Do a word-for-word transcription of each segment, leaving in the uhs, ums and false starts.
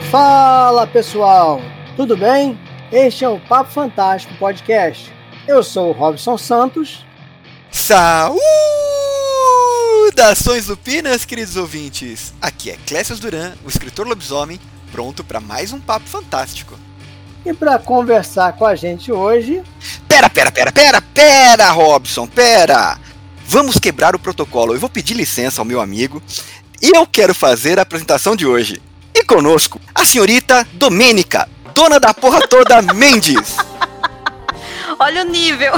Fala pessoal, tudo bem? Este é o Papo Fantástico Podcast. Eu sou o Robson Santos. Saudações lupinas, queridos ouvintes! Aqui é Clécio Duran, o escritor lobisomem, pronto para mais um Papo Fantástico. E para conversar com a gente hoje... Pera, pera, pera, pera, pera, Robson, pera! Vamos quebrar o protocolo. Eu vou pedir licença ao meu amigo e eu quero fazer a apresentação de hoje. E conosco, a senhorita Domênica, dona da porra toda Mendes. Olha o nível.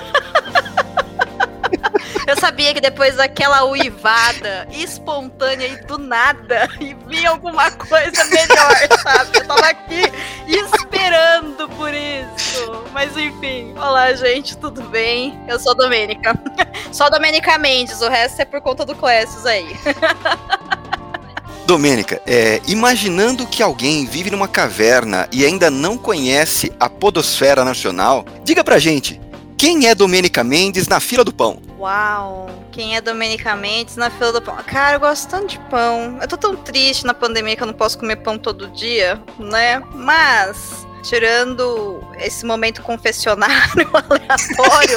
Eu sabia que depois daquela uivada espontânea e do nada, e vinha alguma coisa melhor, sabe? Eu tava aqui esperando por isso. Mas enfim, olá gente, tudo bem? Eu sou a Domênica. Só a Domênica Mendes, o resto é por conta do Clécio aí. Domênica, é, imaginando que alguém vive numa caverna e ainda não conhece a podosfera nacional, diga pra gente, quem é Domênica Mendes na fila do pão? Uau, quem é Domênica Mendes na fila do pão? Cara, eu gosto tanto de pão. Eu tô tão triste na pandemia que eu não posso comer pão todo dia, né? Mas, tirando esse momento confessionário aleatório...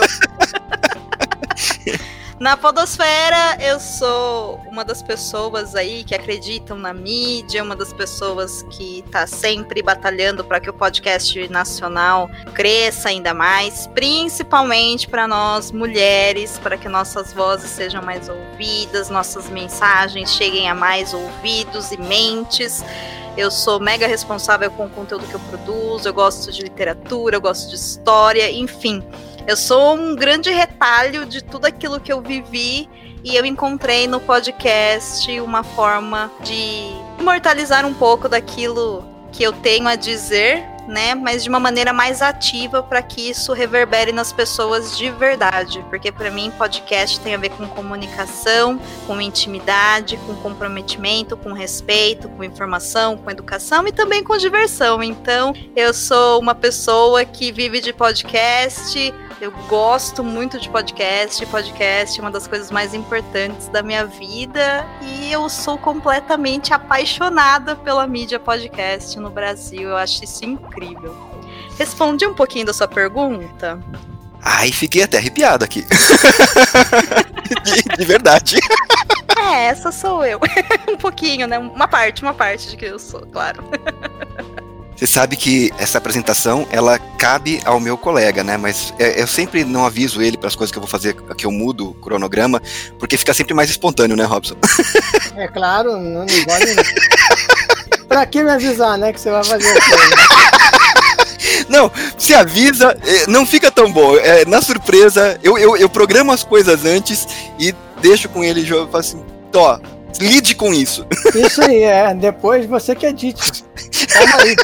Na podosfera, eu sou uma das pessoas aí que acreditam na mídia, uma das pessoas que tá sempre batalhando para que o podcast nacional cresça ainda mais, principalmente para nós mulheres, para que nossas vozes sejam mais ouvidas, nossas mensagens cheguem a mais ouvidos e mentes. Eu sou mega responsável com o conteúdo que eu produzo, eu gosto de literatura, eu gosto de história, enfim... Eu sou um grande retalho de tudo aquilo que eu vivi e eu encontrei no podcast uma forma de imortalizar um pouco daquilo que eu tenho a dizer, né? Mas de uma maneira mais ativa para que isso reverbere nas pessoas de verdade. Porque para mim podcast tem a ver com comunicação, com intimidade, com comprometimento, com respeito, com informação, com educação e também com diversão. Então eu sou uma pessoa que vive de podcast. Eu gosto muito de podcast, podcast é uma das coisas mais importantes da minha vida e eu sou completamente apaixonada pela mídia podcast no Brasil, eu acho isso incrível. Respondi um pouquinho da sua pergunta? Ai, fiquei até arrepiado aqui. de, de verdade. É, essa sou eu. Um pouquinho, né? Uma parte, uma parte de que eu sou, claro. Você sabe que essa apresentação, ela cabe ao meu colega, né? Mas eu sempre não aviso ele para as coisas que eu vou fazer, que eu mudo o cronograma, porque fica sempre mais espontâneo, né, Robson? É claro, não pode... Pra que me avisar, né, que você vai fazer aqui? Não, se avisa, não fica tão bom. É, na surpresa, eu, eu, eu programo as coisas antes e deixo com ele e eu falo assim, ó, lide com isso. Isso aí, é. Depois você que edite. Calma aí.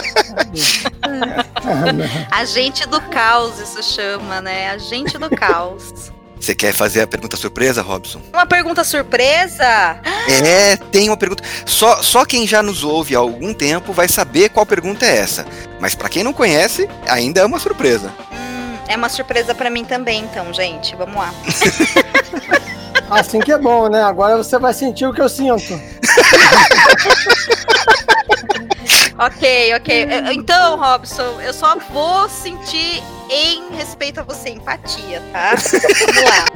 Agente do caos, isso chama, né? Agente do caos. Você quer fazer a pergunta surpresa, Robson? Uma pergunta surpresa? É, tem uma pergunta. Só, só quem já nos ouve há algum tempo vai saber qual pergunta é essa. Mas pra quem não conhece, ainda é uma surpresa. Hum, é uma surpresa pra mim também, então, gente. Vamos lá. Assim que é bom, né? Agora você vai sentir o que eu sinto. Ok, ok. Então, Robson, eu só vou sentir em respeito a você, empatia, tá? Vamos lá.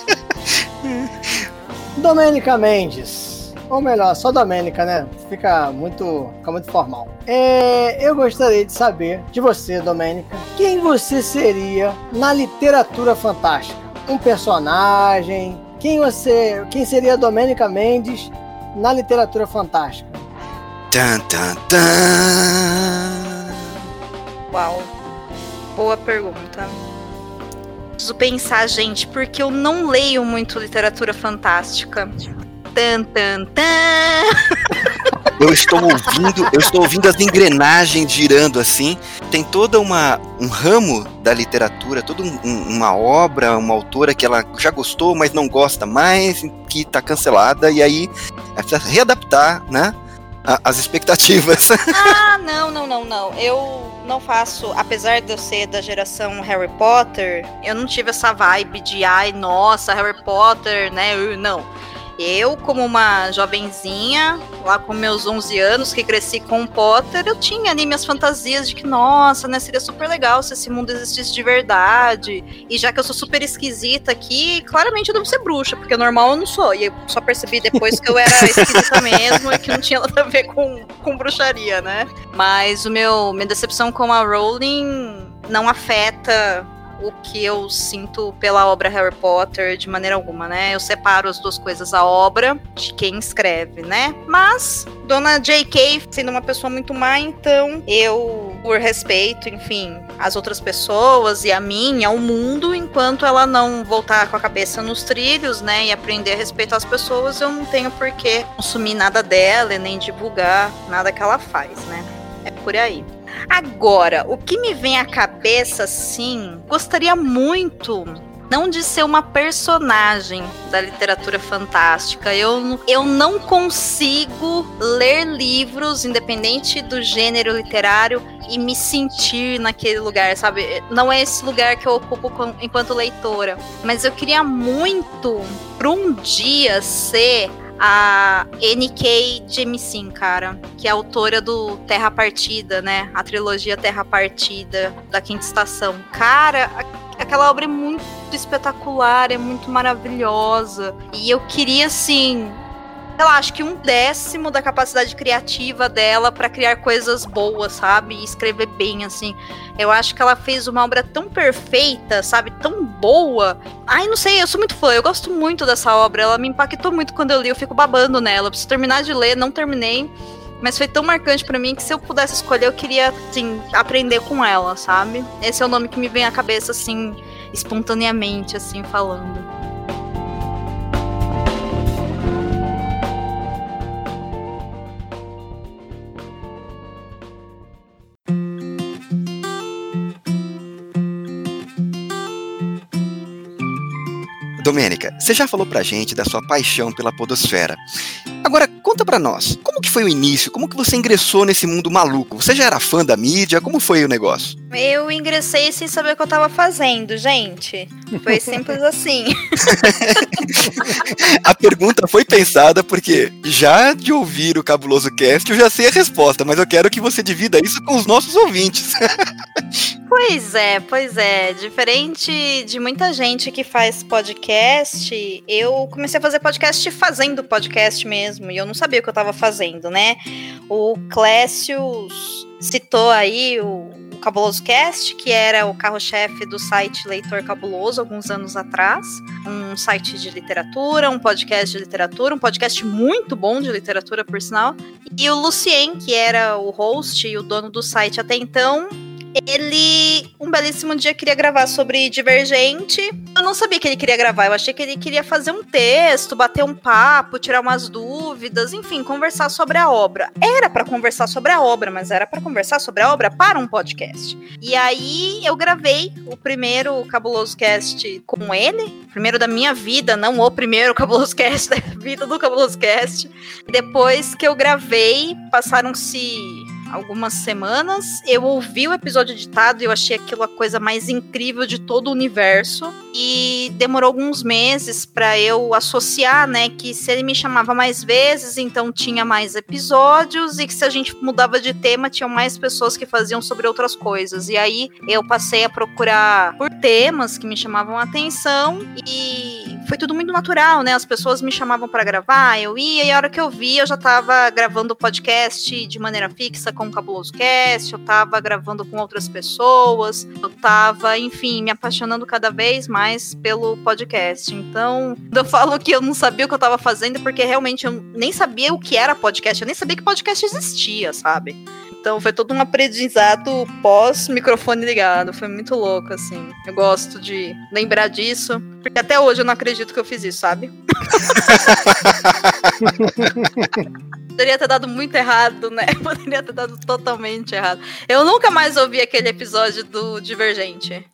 Domênica Mendes. Ou melhor, só Domênica, né? Fica muito, fica muito formal. É, eu gostaria de saber de você, Domênica, quem você seria na literatura fantástica? Um personagem? Quem você, quem seria Domênica Mendes na literatura fantástica? Tan, tan, tan. Uau, boa pergunta. Preciso pensar, gente, porque eu não leio muito literatura fantástica. Tan, tan, tan. Eu estou ouvindo, eu estou ouvindo as engrenagens girando assim. Tem toda uma um ramo da literatura, toda um, uma obra, uma autora que ela já gostou, mas não gosta mais, que está cancelada e aí é preciso readaptar, né? As expectativas. Ah, não, não, não, não. Eu não faço, apesar de eu ser da geração Harry Potter, eu não tive essa vibe de, ai, nossa, Harry Potter, né? Não. Eu, como uma jovenzinha, lá com meus onze anos, que cresci com o Potter, eu tinha ali minhas fantasias de que, nossa, né, seria super legal se esse mundo existisse de verdade. E já que eu sou super esquisita aqui, claramente eu devo ser bruxa, porque normal eu não sou. E eu só percebi depois que eu era esquisita mesmo e que não tinha nada a ver com, com bruxaria, né? Mas o meu, minha decepção com a Rowling não afeta o que eu sinto pela obra Harry Potter de maneira alguma, né? Eu separo as duas coisas, a obra de quem escreve, né? Mas Dona J K, sendo uma pessoa muito má, então eu, por respeito, enfim, as outras pessoas e a mim, ao mundo, enquanto ela não voltar com a cabeça nos trilhos, né, e aprender a respeitar as pessoas, eu não tenho por que consumir nada dela e nem divulgar nada que ela faz, né? É por aí. Agora, o que me vem à cabeça, sim, gostaria muito não de ser uma personagem da literatura fantástica. Eu, eu não consigo ler livros, independente do gênero literário, e me sentir naquele lugar, sabe? Não é esse lugar que eu ocupo enquanto leitora. Mas eu queria muito, para um dia, ser a N K Jemisin, cara, que é a autora do Terra Partida, né? A trilogia Terra Partida, da Quinta Estação. Cara, aquela obra é muito espetacular, é muito maravilhosa. E eu queria, assim, sei lá, acho que um décimo da capacidade criativa dela pra criar coisas boas, sabe? E escrever bem, assim. Eu acho que ela fez uma obra tão perfeita, sabe? Tão boa. Ai, não sei, eu sou muito fã, eu gosto muito dessa obra. Ela me impactou muito quando eu li, eu fico babando nela. Eu preciso terminar de ler, não terminei. Mas foi tão marcante pra mim que se eu pudesse escolher, eu queria, assim, aprender com ela, sabe? Esse é o nome que me vem à cabeça, assim, espontaneamente, assim, falando. Domênica, você já falou pra gente da sua paixão pela podosfera. Agora, conta pra nós, como que foi o início? Como que você ingressou nesse mundo maluco? Você já era fã da mídia? Como foi o negócio? Eu ingressei sem saber o que eu tava fazendo, gente. Foi simples assim. A pergunta foi pensada porque, já de ouvir o Cabuloso Cast, eu já sei a resposta, mas eu quero que você divida isso com os nossos ouvintes. Pois é, pois é. Diferente de muita gente que faz podcast, eu comecei a fazer podcast fazendo podcast mesmo, e eu não sabia o que eu tava fazendo, né? O Clécio citou aí o Cabuloso Cast, que era o carro-chefe do site Leitor Cabuloso, alguns anos atrás. Um site de literatura, um podcast de literatura, um podcast muito bom de literatura, por sinal. E o Lucien, que era o host e o dono do site até então, ele, um belíssimo dia, queria gravar sobre Divergente. Eu não sabia que ele queria gravar, eu achei que ele queria fazer um texto, bater um papo, tirar umas dúvidas, enfim, conversar sobre a obra. Era pra conversar sobre a obra, mas era pra conversar sobre a obra para um podcast. E aí eu gravei o primeiro Cabuloso Cast com ele, primeiro da minha vida, não o primeiro Cabuloso Cast da vida do Cabuloso Cast. Depois que eu gravei, passaram-se algumas semanas, eu ouvi o episódio editado e eu achei aquilo a coisa mais incrível de todo o universo, e demorou alguns meses pra eu associar, né, que se ele me chamava mais vezes, então tinha mais episódios, e que se a gente mudava de tema, tinham mais pessoas que faziam sobre outras coisas. E aí eu passei a procurar por temas que me chamavam a atenção, e foi tudo muito natural, né, as pessoas me chamavam pra gravar, eu ia, e a hora que eu vi, eu já tava gravando o podcast de maneira fixa com o Cabuloso Cast, eu tava gravando com outras pessoas, eu tava, enfim, me apaixonando cada vez mais pelo podcast. Então, eu falo que eu não sabia o que eu tava fazendo, porque realmente eu nem sabia o que era podcast, eu nem sabia que podcast existia, sabe? Então foi todo um aprendizado pós-microfone ligado, foi muito louco, assim. Eu gosto de lembrar disso, porque até hoje eu não acredito que eu fiz isso, sabe? Poderia ter dado muito errado, né? Poderia ter dado totalmente errado. Eu nunca mais ouvi aquele episódio do Divergente.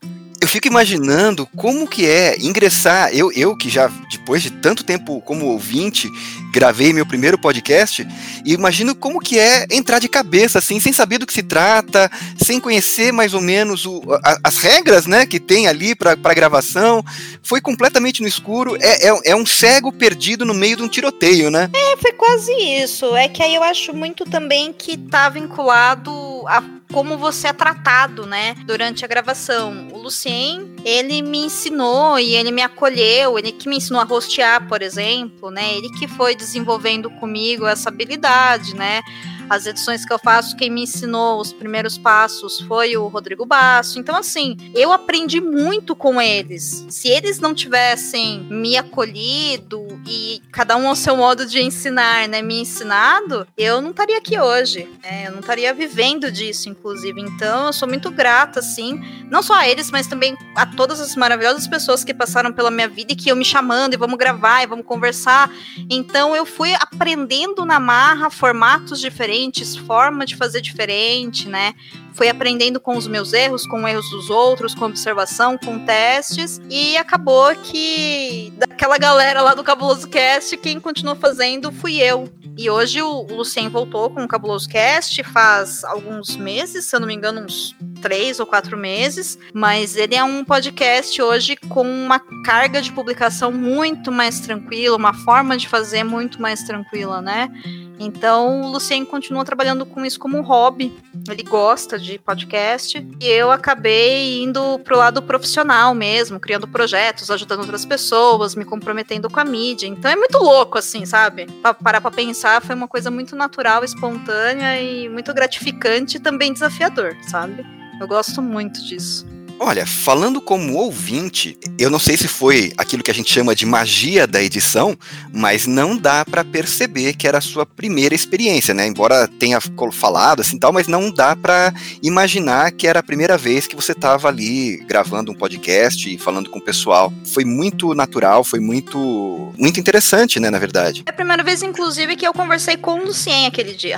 eu fico imaginando como que é ingressar, eu, eu que já, depois de tanto tempo como ouvinte, gravei meu primeiro podcast, e imagino como que é entrar de cabeça, assim, sem saber do que se trata, sem conhecer mais ou menos o, a, as regras, né, que tem ali para gravação. Foi completamente no escuro, é, é, é um cego perdido no meio de um tiroteio, né? É, foi quase isso. É que aí eu acho muito também que tá vinculado a como você é tratado, né, durante a gravação. O Lucien, ele me ensinou e ele me acolheu, ele que me ensinou a hostear, por exemplo, né, ele que foi desenvolvendo comigo essa habilidade, né. As edições que eu faço, quem me ensinou os primeiros passos foi o Rodrigo Basso. Então, assim, eu aprendi muito com eles. Se eles não tivessem me acolhido e cada um ao seu modo de ensinar, né, me ensinado, eu não estaria aqui hoje. Né, eu não estaria vivendo disso, inclusive. Então, eu sou muito grata, assim, não só a eles, mas também a todas as maravilhosas pessoas que passaram pela minha vida e que iam me chamando e vamos gravar e vamos conversar. Então, eu fui aprendendo na marra formatos diferentes, forma de fazer diferente, né? Fui aprendendo com os meus erros, com erros dos outros, com observação, com testes, e acabou que daquela galera lá do Cabuloso Cast, quem continuou fazendo fui eu. E hoje o Lucien voltou com o Cabuloso Cast faz alguns meses, se eu não me engano, uns três ou quatro meses, mas ele é um podcast hoje com uma carga de publicação muito mais tranquila, uma forma de fazer muito mais tranquila, né? Então o Lucien continua trabalhando com isso como um hobby, ele gosta de podcast, e eu acabei indo pro lado profissional mesmo, criando projetos, ajudando outras pessoas, me comprometendo com a mídia. Então é muito louco, assim, sabe? Pra parar pra pensar, foi uma coisa muito natural, espontânea e muito gratificante e também desafiador, sabe? Eu gosto muito disso. Olha, falando como ouvinte, eu não sei se foi aquilo que a gente chama de magia da edição, mas não dá pra perceber que era a sua primeira experiência, né? Embora tenha falado assim tal, mas não dá pra imaginar que era a primeira vez que você estava ali gravando um podcast e falando com o pessoal. Foi muito natural, foi muito, muito interessante, né, na verdade. É a primeira vez, inclusive, que eu conversei com o Lucien aquele dia.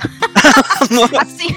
Assim.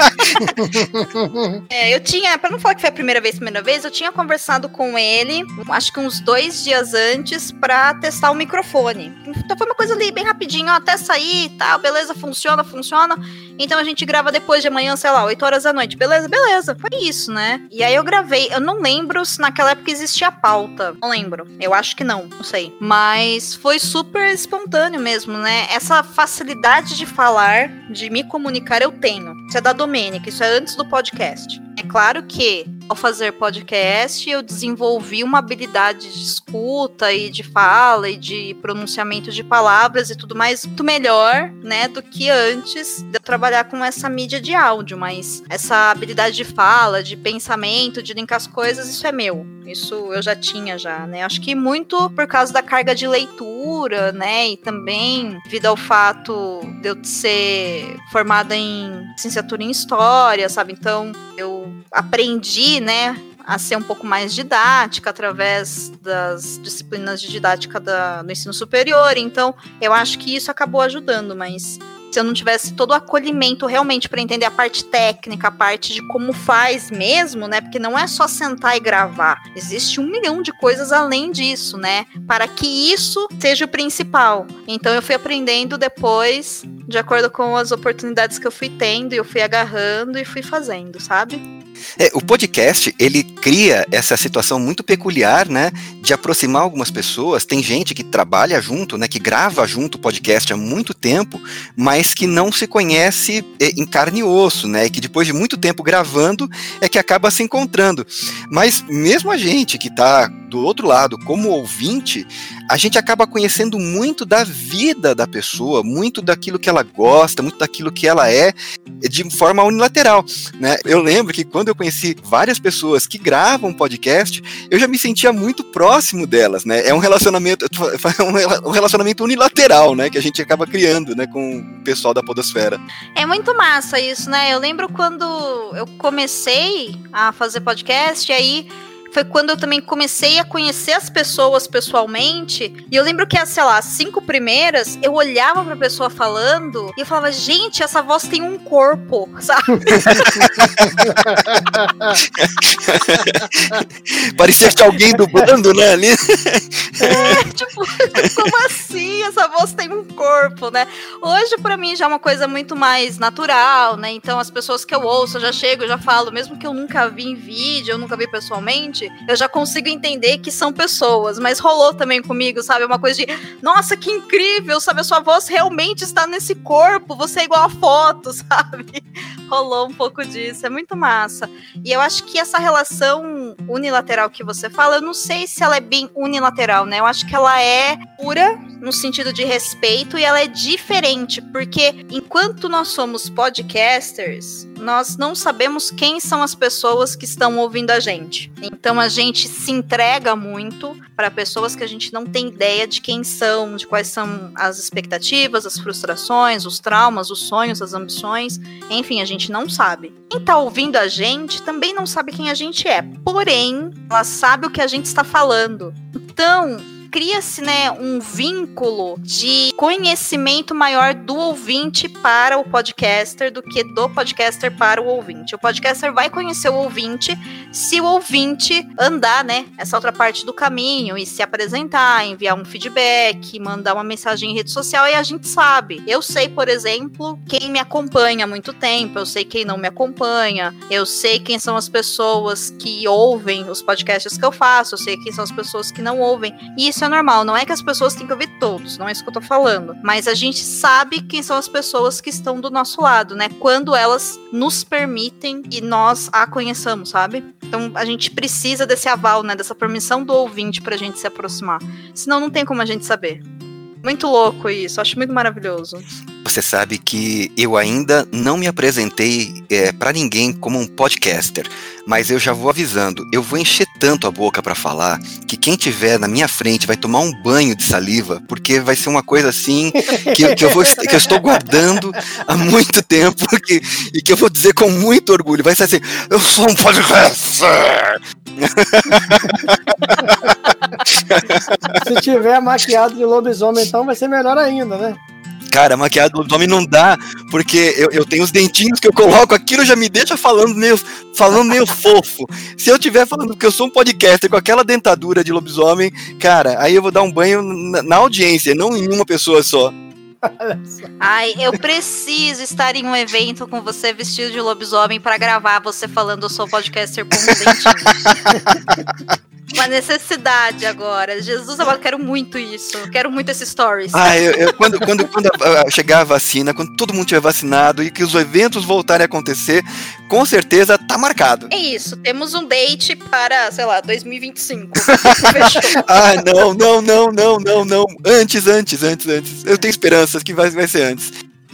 É, eu tinha, pra não falar que foi a primeira vez, primeira vez, eu tinha conversado com ele, acho que uns dois dias antes, pra testar o microfone. Então foi uma coisa ali bem rapidinho, ó, até sair e tal, beleza, funciona, funciona. Então a gente grava depois de amanhã, sei lá, oito horas da noite, beleza, beleza. Foi isso, né? E aí eu gravei, eu não lembro se naquela época existia pauta, não lembro, eu acho que não, não sei. Mas foi super espontâneo mesmo, né? Essa facilidade de falar, de me comunicar, eu tenho. Isso é da Domênica, isso é antes do podcast. É claro que, ao fazer podcast, eu desenvolvi uma habilidade de escuta e de fala e de pronunciamento de palavras e tudo mais muito melhor, né, do que antes de eu trabalhar com essa mídia de áudio, mas essa habilidade de fala, de pensamento, de linkar as coisas, isso é meu. Isso eu já tinha já, né? Acho que muito por causa da carga de leitura, né, e também devido ao fato de eu ser formada em licenciatura em História, sabe? Então, eu aprendi, né, a ser um pouco mais didática através das disciplinas de didática da, do ensino superior. Então, eu acho que isso acabou ajudando, mas se eu não tivesse todo o acolhimento realmente para entender a parte técnica, a parte de como faz mesmo, né? Porque não é só sentar e gravar. Existe um milhão de coisas além disso, né? Para que isso seja o principal. Então eu fui aprendendo depois, de acordo com as oportunidades que eu fui tendo, e eu fui agarrando e fui fazendo, sabe? É, o podcast, ele cria essa situação muito peculiar, né, de aproximar algumas pessoas. Tem gente que trabalha junto, né, que grava junto o podcast há muito tempo, mas que não se conhece é, em carne e osso, né, e que depois de muito tempo gravando é que acaba se encontrando. Mas mesmo a gente que está do outro lado, como ouvinte, a gente acaba conhecendo muito da vida da pessoa, muito daquilo que ela gosta, muito daquilo que ela é, de forma unilateral, né? Eu lembro que quando eu conheci várias pessoas que gravam podcast, eu já me sentia muito próximo delas, né? É um relacionamento, um relacionamento unilateral, né? Que a gente acaba criando, né? Com o pessoal da podosfera. É muito massa isso, né? Eu lembro quando eu comecei a fazer podcast, e aí foi quando eu também comecei a conhecer as pessoas pessoalmente. E eu lembro que, sei lá, as cinco primeiras, eu olhava pra pessoa falando e eu falava, gente, essa voz tem um corpo, sabe? Parecia que alguém dublando, né, ali. É, tipo, como assim? Essa voz tem um corpo, né? Hoje, pra mim, já é uma coisa muito mais natural, né? Então, as pessoas que eu ouço, eu já chego, eu já falo, mesmo que eu nunca vi em vídeo, eu nunca vi pessoalmente, eu já consigo entender que são pessoas. Mas rolou também comigo, sabe? Uma coisa de, nossa, que incrível, sabe? A sua voz realmente está nesse corpo, você é igual a foto, sabe? Rolou um pouco disso, é muito massa. E eu acho que essa relação unilateral que você fala, eu não sei se ela é bem unilateral, né? Eu acho que ela é pura, no sentido de respeito, e ela é diferente, porque enquanto nós somos podcasters, nós não sabemos quem são as pessoas que estão ouvindo a gente. Então a gente se entrega muito para pessoas que a gente não tem ideia de quem são, de quais são as expectativas, as frustrações, os traumas, os sonhos, as ambições. Enfim, a gente não sabe. Quem tá ouvindo a gente também não sabe quem a gente é. Porém, ela sabe o que a gente está falando. Então, cria-se, né, um vínculo de conhecimento maior do ouvinte para o podcaster do que do podcaster para o ouvinte. O podcaster vai conhecer o ouvinte se o ouvinte andar, né, essa outra parte do caminho e se apresentar, enviar um feedback, mandar uma mensagem em rede social, e a gente sabe. Eu sei, por exemplo, quem me acompanha há muito tempo, eu sei quem não me acompanha, eu sei quem são as pessoas que ouvem os podcasts que eu faço, eu sei quem são as pessoas que não ouvem, e isso é normal, não é que as pessoas têm que ouvir todos, não é isso que eu tô falando, mas a gente sabe quem são as pessoas que estão do nosso lado, né, quando elas nos permitem e nós a conheçamos, sabe? Então a gente precisa desse aval, né, dessa permissão do ouvinte pra gente se aproximar, senão não tem como a gente saber. Muito louco isso, acho muito maravilhoso. Você sabe que eu ainda não me apresentei é, para ninguém como um podcaster, mas eu já vou avisando, eu vou encher tanto a boca para falar que quem tiver na minha frente vai tomar um banho de saliva, porque vai ser uma coisa assim que, que, eu, vou, que eu estou guardando há muito tempo que, e que eu vou dizer com muito orgulho. Vai ser assim, eu sou um podcaster! Se tiver maquiado de lobisomem, então vai ser melhor ainda, né? Cara, maquiado do lobisomem não dá, porque eu, eu tenho os dentinhos que eu coloco, aquilo já me deixa falando meio, falando meio fofo. Se eu estiver falando que eu sou um podcaster com aquela dentadura de lobisomem, cara, aí eu vou dar um banho na, na audiência, não em uma pessoa só. Ai, eu preciso estar em um evento com você vestido de lobisomem pra gravar você falando eu sou podcaster com dentinhos. Uma necessidade agora. Jesus, eu quero muito isso. Eu quero muito esses stories. Ah, eu, eu, quando, quando, quando chegar a vacina, quando todo mundo tiver vacinado e que os eventos voltarem a acontecer, com certeza tá marcado. É isso, temos um date para, sei lá, dois mil e vinte e cinco. Fechou. Ah, não, não, não, não, não, não. Antes, antes, antes, antes. Eu tenho esperanças que vai, vai ser antes.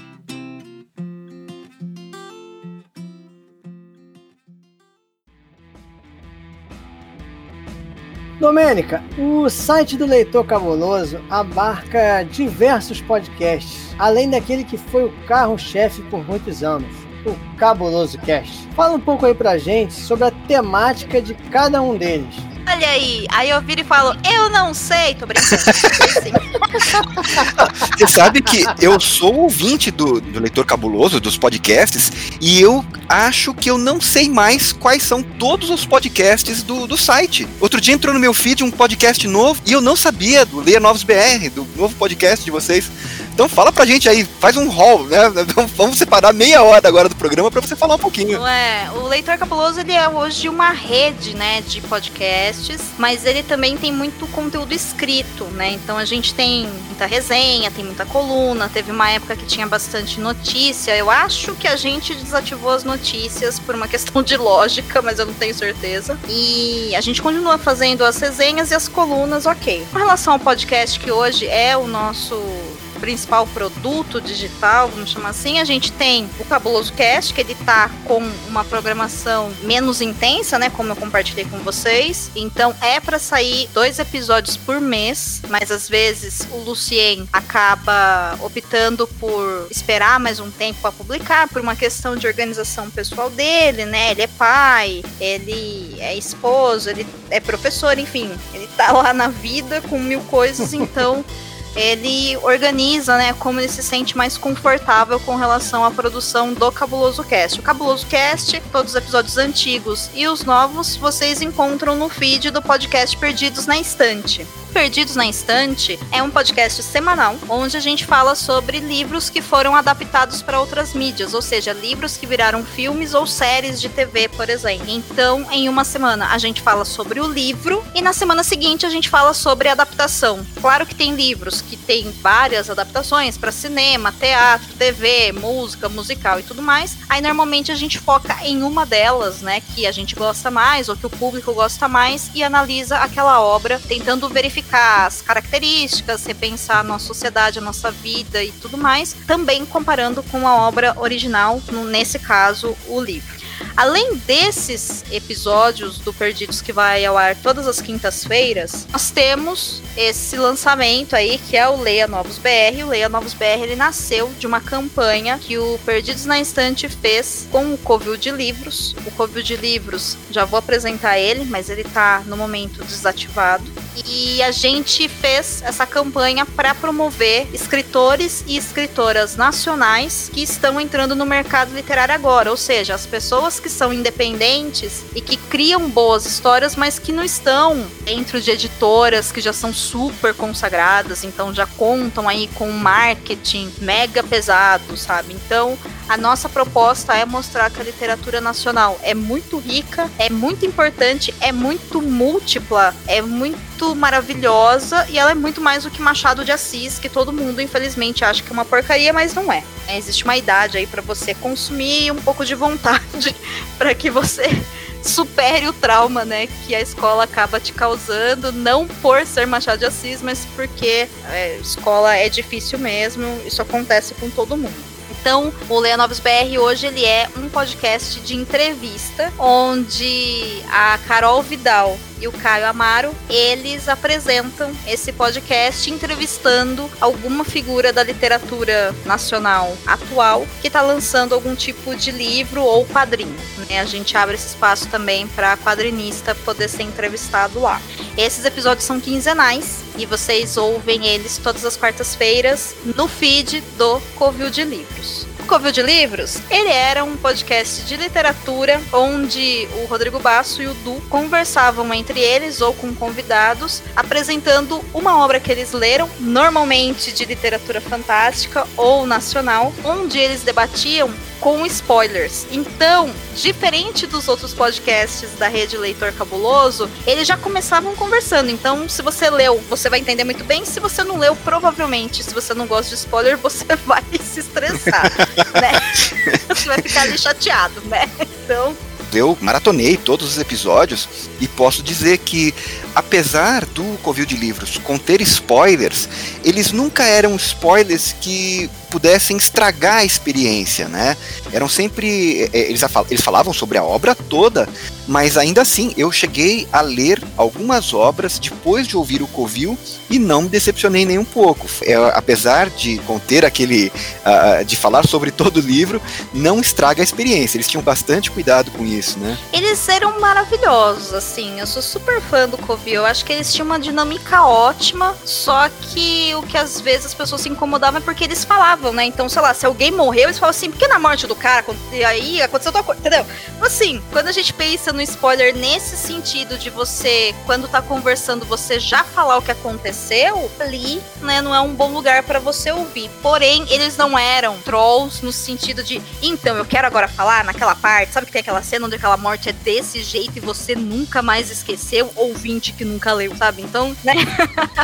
Domênica, o site do Leitor Cabuloso abarca diversos podcasts, além daquele que foi o carro-chefe por muitos anos, o Cabuloso Cast. Fala um pouco aí pra gente sobre a temática de cada um deles. Olha aí, aí eu viro e falo, eu não sei, tô brincando, eu sei sim. Você sabe que eu sou ouvinte do, do Leitor Cabuloso, dos podcasts, e eu acho que eu não sei mais quais são todos os podcasts do, do site. Outro dia entrou no meu feed um podcast novo, e eu não sabia do Leia Novos B R, do novo podcast de vocês. Então fala pra gente aí, faz um haul, né? Vamos separar meia hora agora do programa pra você falar um pouquinho. É, o Leitor Cabuloso, ele é hoje uma rede, né, de podcasts, mas ele também tem muito conteúdo escrito, né? Então a gente tem muita resenha, tem muita coluna, teve uma época que tinha bastante notícia. Eu acho que a gente desativou as notícias por uma questão de lógica, mas eu não tenho certeza. E a gente continua fazendo as resenhas e as colunas, ok. Com relação ao podcast, que hoje é o nosso principal produto digital, vamos chamar assim, a gente tem o Cabuloso Cast, que ele tá com uma programação menos intensa, né, como eu compartilhei com vocês. Então é para sair dois episódios por mês, mas às vezes o Lucien acaba optando por esperar mais um tempo para publicar, por uma questão de organização pessoal dele, né? Ele é pai, ele é esposo, ele é professor, enfim, ele tá lá na vida com mil coisas, então ele organiza, né, como ele se sente mais confortável com relação à produção do Cabuloso Cast. O Cabuloso Cast, todos os episódios antigos e os novos, vocês encontram no feed do podcast Perdidos na Estante. Perdidos na Estante é um podcast semanal onde a gente fala sobre livros que foram adaptados para outras mídias, ou seja, livros que viraram filmes ou séries de T V, por exemplo. Então, em uma semana a gente fala sobre o livro e na semana seguinte a gente fala sobre a adaptação. Claro que tem livros que tem várias adaptações para cinema, teatro, T V, música, musical e tudo mais. Aí normalmente a gente foca em uma delas, né, que a gente gosta mais ou que o público gosta mais e analisa aquela obra, tentando verificar as características, repensar a nossa sociedade, a nossa vida e tudo mais, também comparando com a obra original, no, nesse caso, o livro. Além desses episódios do Perdidos que vai ao ar todas as quintas-feiras, nós temos esse lançamento aí que é o Leia Novos B R. O Leia Novos B R ele nasceu de uma campanha que o Perdidos na Estante fez com o Covil de Livros. O Covil de Livros, já vou apresentar ele, mas ele tá no momento desativado. E a gente fez essa campanha para promover escritores e escritoras nacionais que estão entrando no mercado literário agora, ou seja, as pessoas que são independentes e que criam boas histórias, mas que não estão dentro de editoras que já são super consagradas, então já contam aí com um marketing mega pesado, sabe? Então, a nossa proposta é mostrar que a literatura nacional é muito rica, é muito importante, é muito múltipla, é muito maravilhosa e ela é muito mais do que Machado de Assis, que todo mundo, infelizmente, acha que é uma porcaria, mas não é. Existe uma idade aí para você consumir e um pouco de vontade para que você supere o trauma, né, que a escola acaba te causando, não por ser Machado de Assis, mas porque é, escola é difícil mesmo, isso acontece com todo mundo. Então, o Leia Novos B R hoje ele é um podcast de entrevista, onde a Carol Vidal e o Caio Amaro, eles apresentam esse podcast entrevistando alguma figura da literatura nacional atual que está lançando algum tipo de livro ou quadrinho, né? A gente abre esse espaço também para quadrinista poder ser entrevistado lá. Esses episódios são quinzenais e vocês ouvem eles todas as quartas-feiras no feed do Covil de Livros. O Covil de Livros, ele era um podcast de literatura onde o Rodrigo Basso e o Du conversavam entre eles ou com convidados, apresentando uma obra que eles leram, normalmente de literatura fantástica ou nacional, onde eles debatiam com spoilers. Então, diferente dos outros podcasts da rede Leitor Cabuloso, eles já começavam conversando. Então, se você leu, você vai entender muito bem. Se você não leu, provavelmente, se você não gosta de spoiler, você vai se estressar, né? Você vai ficar ali chateado, né? Então... Eu maratonei todos os episódios e posso dizer que, apesar do Covil de Livros conter spoilers, eles nunca eram spoilers que pudessem estragar a experiência, né? Eram sempre... Eles, eles falavam sobre a obra toda, mas ainda assim, eu cheguei a ler algumas obras depois de ouvir o Covil e não me decepcionei nem um pouco. É, apesar de conter aquele... Uh, de falar sobre todo o livro, não estraga a experiência. Eles tinham bastante cuidado com isso, né? Eles eram maravilhosos, assim. Eu sou super fã do Covil. Eu acho que eles tinham uma dinâmica ótima, só que o que às vezes as pessoas se incomodavam é porque eles falavam, né? Então, sei lá, se alguém morreu, eles falam assim, porque na morte do cara, e aí aconteceu tal coisa, entendeu? Assim, quando a gente pensa no spoiler nesse sentido de você, quando tá conversando, você já falar o que aconteceu, ali, né, não é um bom lugar pra você ouvir. Porém, eles não eram trolls no sentido de, então, eu quero agora falar naquela parte, sabe que tem aquela cena onde aquela morte é desse jeito e você nunca mais esqueceu, ouvinte que nunca leu, sabe? Então, né?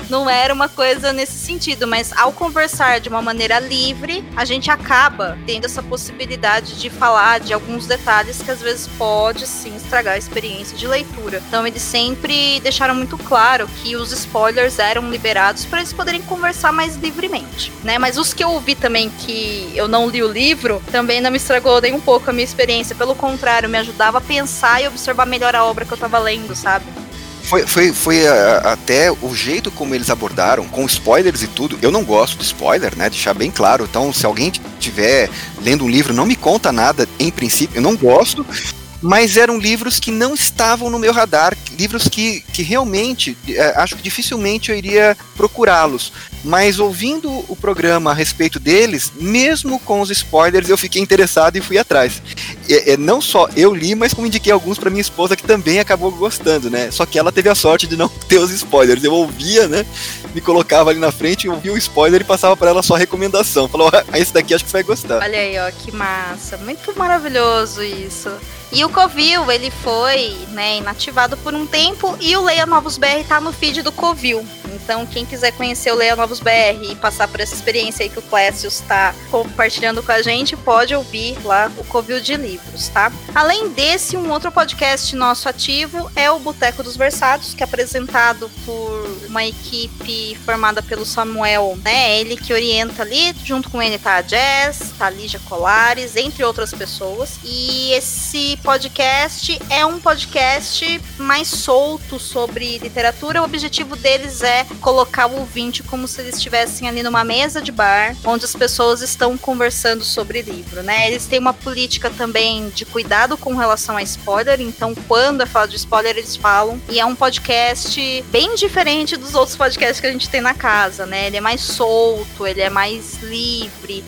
não era uma coisa nesse sentido, mas ao conversar de uma maneira livre, a gente acaba tendo essa possibilidade de falar de alguns detalhes que às vezes pode sim estragar a experiência de leitura. Então eles sempre deixaram muito claro que os spoilers eram liberados para eles poderem conversar mais livremente, né? Mas os que eu ouvi também que eu não li o livro, também não me estragou nem um pouco a minha experiência, pelo contrário, me ajudava a pensar e observar melhor a obra que eu tava lendo, sabe? Foi, foi, foi a, até o jeito como eles abordaram, com spoilers e tudo. Eu não gosto de spoiler, né? Deixar bem claro. Então, se alguém estiver lendo um livro, não me conta nada, em princípio, eu não gosto. Mas eram livros que não estavam no meu radar, livros que, que realmente, é, acho que dificilmente eu iria procurá-los. Mas ouvindo o programa a respeito deles, mesmo com os spoilers, eu fiquei interessado e fui atrás. É, é, não só eu li, mas como indiquei alguns para minha esposa, que também acabou gostando, né? Só que ela teve a sorte de não ter os spoilers. Eu ouvia, né? Me colocava ali na frente, ouvia o spoiler e passava para ela só a recomendação. Falou, ah, esse daqui acho que você vai gostar. Olha aí, ó, que massa. Muito maravilhoso isso. E o Covil, ele foi, né, inativado por um tempo, e o Leia Novos B R tá no feed do Covil. Então, quem quiser conhecer o Leia Novos B R e passar por essa experiência aí que o Clécius tá compartilhando com a gente, pode ouvir lá o Covil de Livros, tá? Além desse, um outro podcast nosso ativo é o Boteco dos Versados, que é apresentado por uma equipe formada pelo Samuel, né? Ele que orienta ali, junto com ele tá a Jess, tá a Lígia Colares, entre outras pessoas. E esse podcast é um podcast mais solto sobre literatura. O objetivo deles é colocar o ouvinte como se eles estivessem ali numa mesa de bar, onde as pessoas estão conversando sobre livro, né? Eles têm uma política também de cuidado com relação a spoiler, então quando é falado de spoiler eles falam, e é um podcast bem diferente dos outros podcasts que a gente tem na casa, né? Ele é mais solto, ele é mais livre.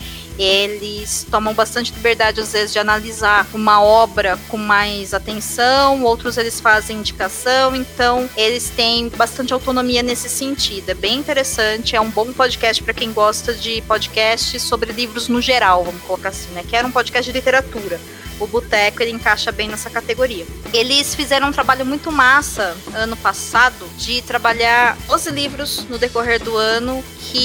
Eles tomam bastante liberdade, às vezes, de analisar uma obra com mais atenção, outros eles fazem indicação, então eles têm bastante autonomia nesse sentido. É bem interessante, é um bom podcast para quem gosta de podcasts sobre livros no geral, vamos colocar assim, né? Que era um podcast de literatura. O Boteco, ele encaixa bem nessa categoria. Eles fizeram um trabalho muito massa ano passado de trabalhar doze livros no decorrer do ano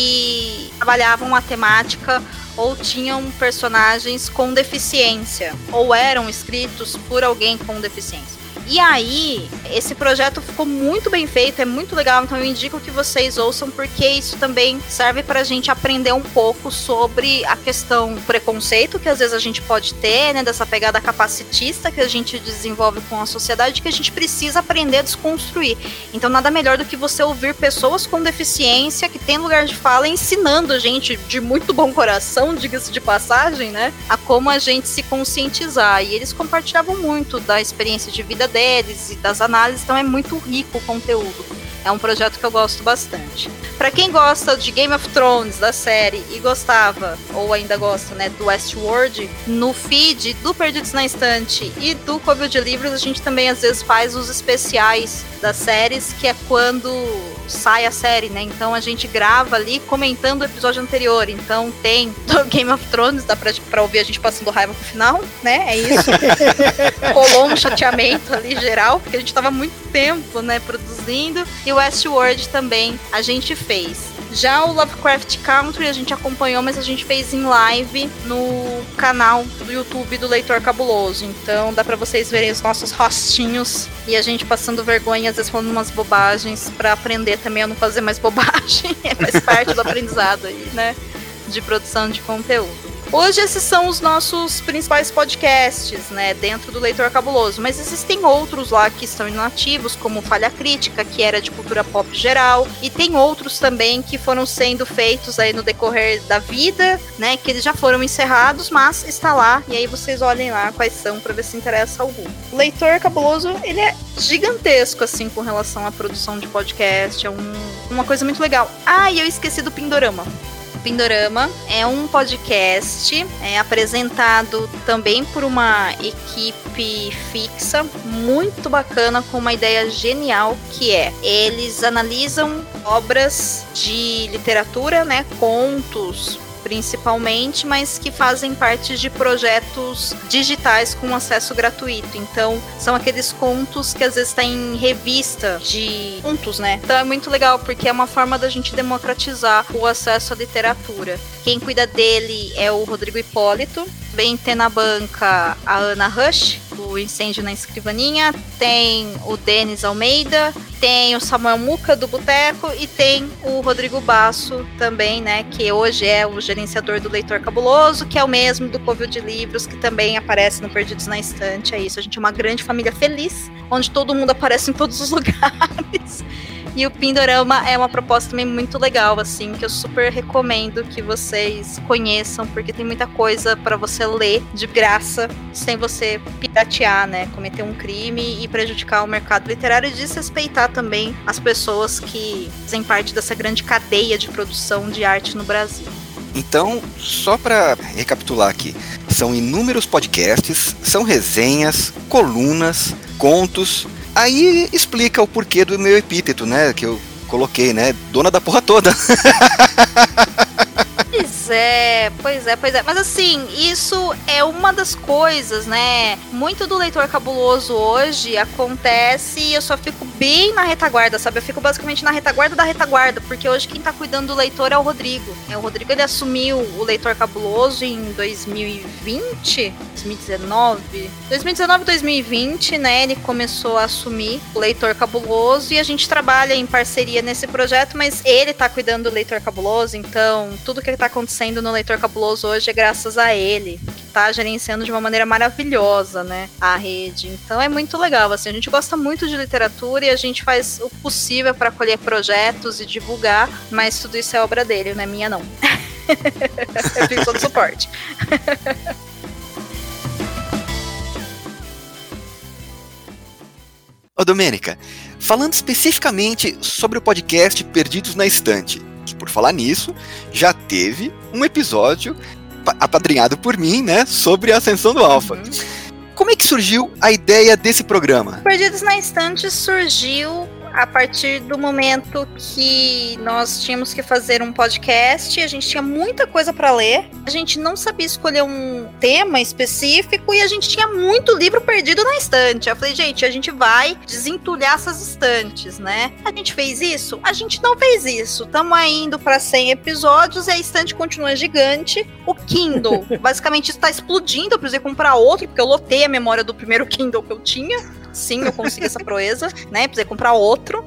que trabalhavam a temática ou tinham personagens com deficiência, ou eram escritos por alguém com deficiência. E aí, esse projeto ficou muito bem feito, é muito legal, então eu indico que vocês ouçam, porque isso também serve pra gente aprender um pouco sobre a questão do preconceito que às vezes a gente pode ter, né, dessa pegada capacitista que a gente desenvolve com a sociedade, que a gente precisa aprender a desconstruir. Então nada melhor do que você ouvir pessoas com deficiência, que tem lugar de fala, ensinando a gente de muito bom coração, diga-se de passagem, né, a como a gente se conscientizar. E eles compartilhavam muito da experiência de vida deles e das análises, então é muito rico o conteúdo. É um projeto que eu gosto bastante. Pra quem gosta de Game of Thrones, da série, e gostava, ou ainda gosta, né, do Westworld, no feed do Perdidos na Estante e do Covil de Livros, a gente também às vezes faz os especiais das séries, que é quando sai a série, né? Então a gente grava ali comentando o episódio anterior. Então tem do Game of Thrones, dá pra, pra ouvir a gente passando raiva pro final, né? É isso. Rolou um chateamento ali geral, porque a gente tava muito tempo, né, produzindo. E o Westworld também a gente fez. Já o Lovecraft Country a gente acompanhou, mas a gente fez em live no canal do YouTube do Leitor Cabuloso. Então dá pra vocês verem os nossos rostinhos e a gente passando vergonha, às vezes falando umas bobagens, pra aprender também a não fazer mais bobagem. Faz parte do aprendizado aí, né, de produção de conteúdo. Hoje esses são os nossos principais podcasts, né, dentro do Leitor Cabuloso, mas existem outros lá que estão inativos, como Falha Crítica, que era de cultura pop geral, e tem outros também que foram sendo feitos aí no decorrer da vida, né, que eles já foram encerrados, mas está lá, e aí vocês olhem lá quais são para ver se interessa algum. O Leitor Cabuloso, ele é gigantesco, assim, com relação à produção de podcast, é um, uma coisa muito legal. Ah, e eu esqueci do Pindorama. Pindorama é um podcast é, apresentado também por uma equipe fixa, muito bacana, com uma ideia genial, que é, eles analisam obras de literatura, né, contos, principalmente, mas que fazem parte de projetos digitais com acesso gratuito. Então, são aqueles contos que às vezes tá em revista de contos, né? Então é muito legal, porque é uma forma da gente democratizar o acesso à literatura. Quem cuida dele é o Rodrigo Hipólito. Bem, tem na banca a Ana Rush, o Incêndio na Escrivaninha, tem o Denis Almeida, tem o Samuel Muca do Boteco e tem o Rodrigo Basso também, né, que hoje é o gerenciador do Leitor Cabuloso, que é o mesmo do Covil de Livros, que também aparece no Perdidos na Estante. É isso, a gente é uma grande família feliz, onde todo mundo aparece em todos os lugares. E o Pindorama é uma proposta também muito legal, assim, que eu super recomendo que vocês conheçam, porque tem muita coisa para você ler de graça, sem você piratear, né, cometer um crime e prejudicar o mercado literário e desrespeitar também as pessoas que fazem parte dessa grande cadeia de produção de arte no Brasil. Então, só para recapitular aqui, são inúmeros podcasts, são resenhas, colunas, contos. Aí explica o porquê do meu epíteto, né, que eu coloquei, né, dona da porra toda. Pois é, pois é, pois é. Mas assim, isso é uma das coisas, né? Muito do Leitor Cabuloso hoje acontece e eu só fico bem na retaguarda, sabe? Eu fico basicamente na retaguarda da retaguarda, porque hoje quem tá cuidando do leitor é o Rodrigo. O Rodrigo, ele assumiu o Leitor Cabuloso em dois mil e vinte, dois mil e dezenove, dois mil e dezenove, dois mil e vinte, né? Ele começou a assumir o Leitor Cabuloso e a gente trabalha em parceria nesse projeto, mas ele tá cuidando do Leitor Cabuloso, então tudo que tá acontecendo no Leitor Cabuloso hoje é graças a ele, que tá gerenciando de uma maneira maravilhosa, né, a rede. Então é muito legal, assim, a gente gosta muito de literatura e a gente faz o possível para colher projetos e divulgar, mas tudo isso é obra dele, não é minha não. Eu fico todo suporte. Ô Domênica, falando especificamente sobre o podcast Perdidos na Estante, que por falar nisso, já teve um episódio apadrinhado por mim, né, sobre a ascensão do Alpha. Uhum. Como é que surgiu a ideia desse programa? Perdidos na Estante surgiu a partir do momento que nós tínhamos que fazer um podcast, a gente tinha muita coisa para ler, a gente não sabia escolher um tema específico e a gente tinha muito livro perdido na estante. Eu falei, gente, a gente vai desentulhar essas estantes, né? A gente fez isso? A gente não fez isso. Estamos indo para cem episódios e a estante continua gigante. O Kindle, basicamente, está explodindo. Eu precisei comprar outro, porque eu lotei a memória do primeiro Kindle que eu tinha. Sim, eu consegui essa proeza, né? Precisei comprar outro.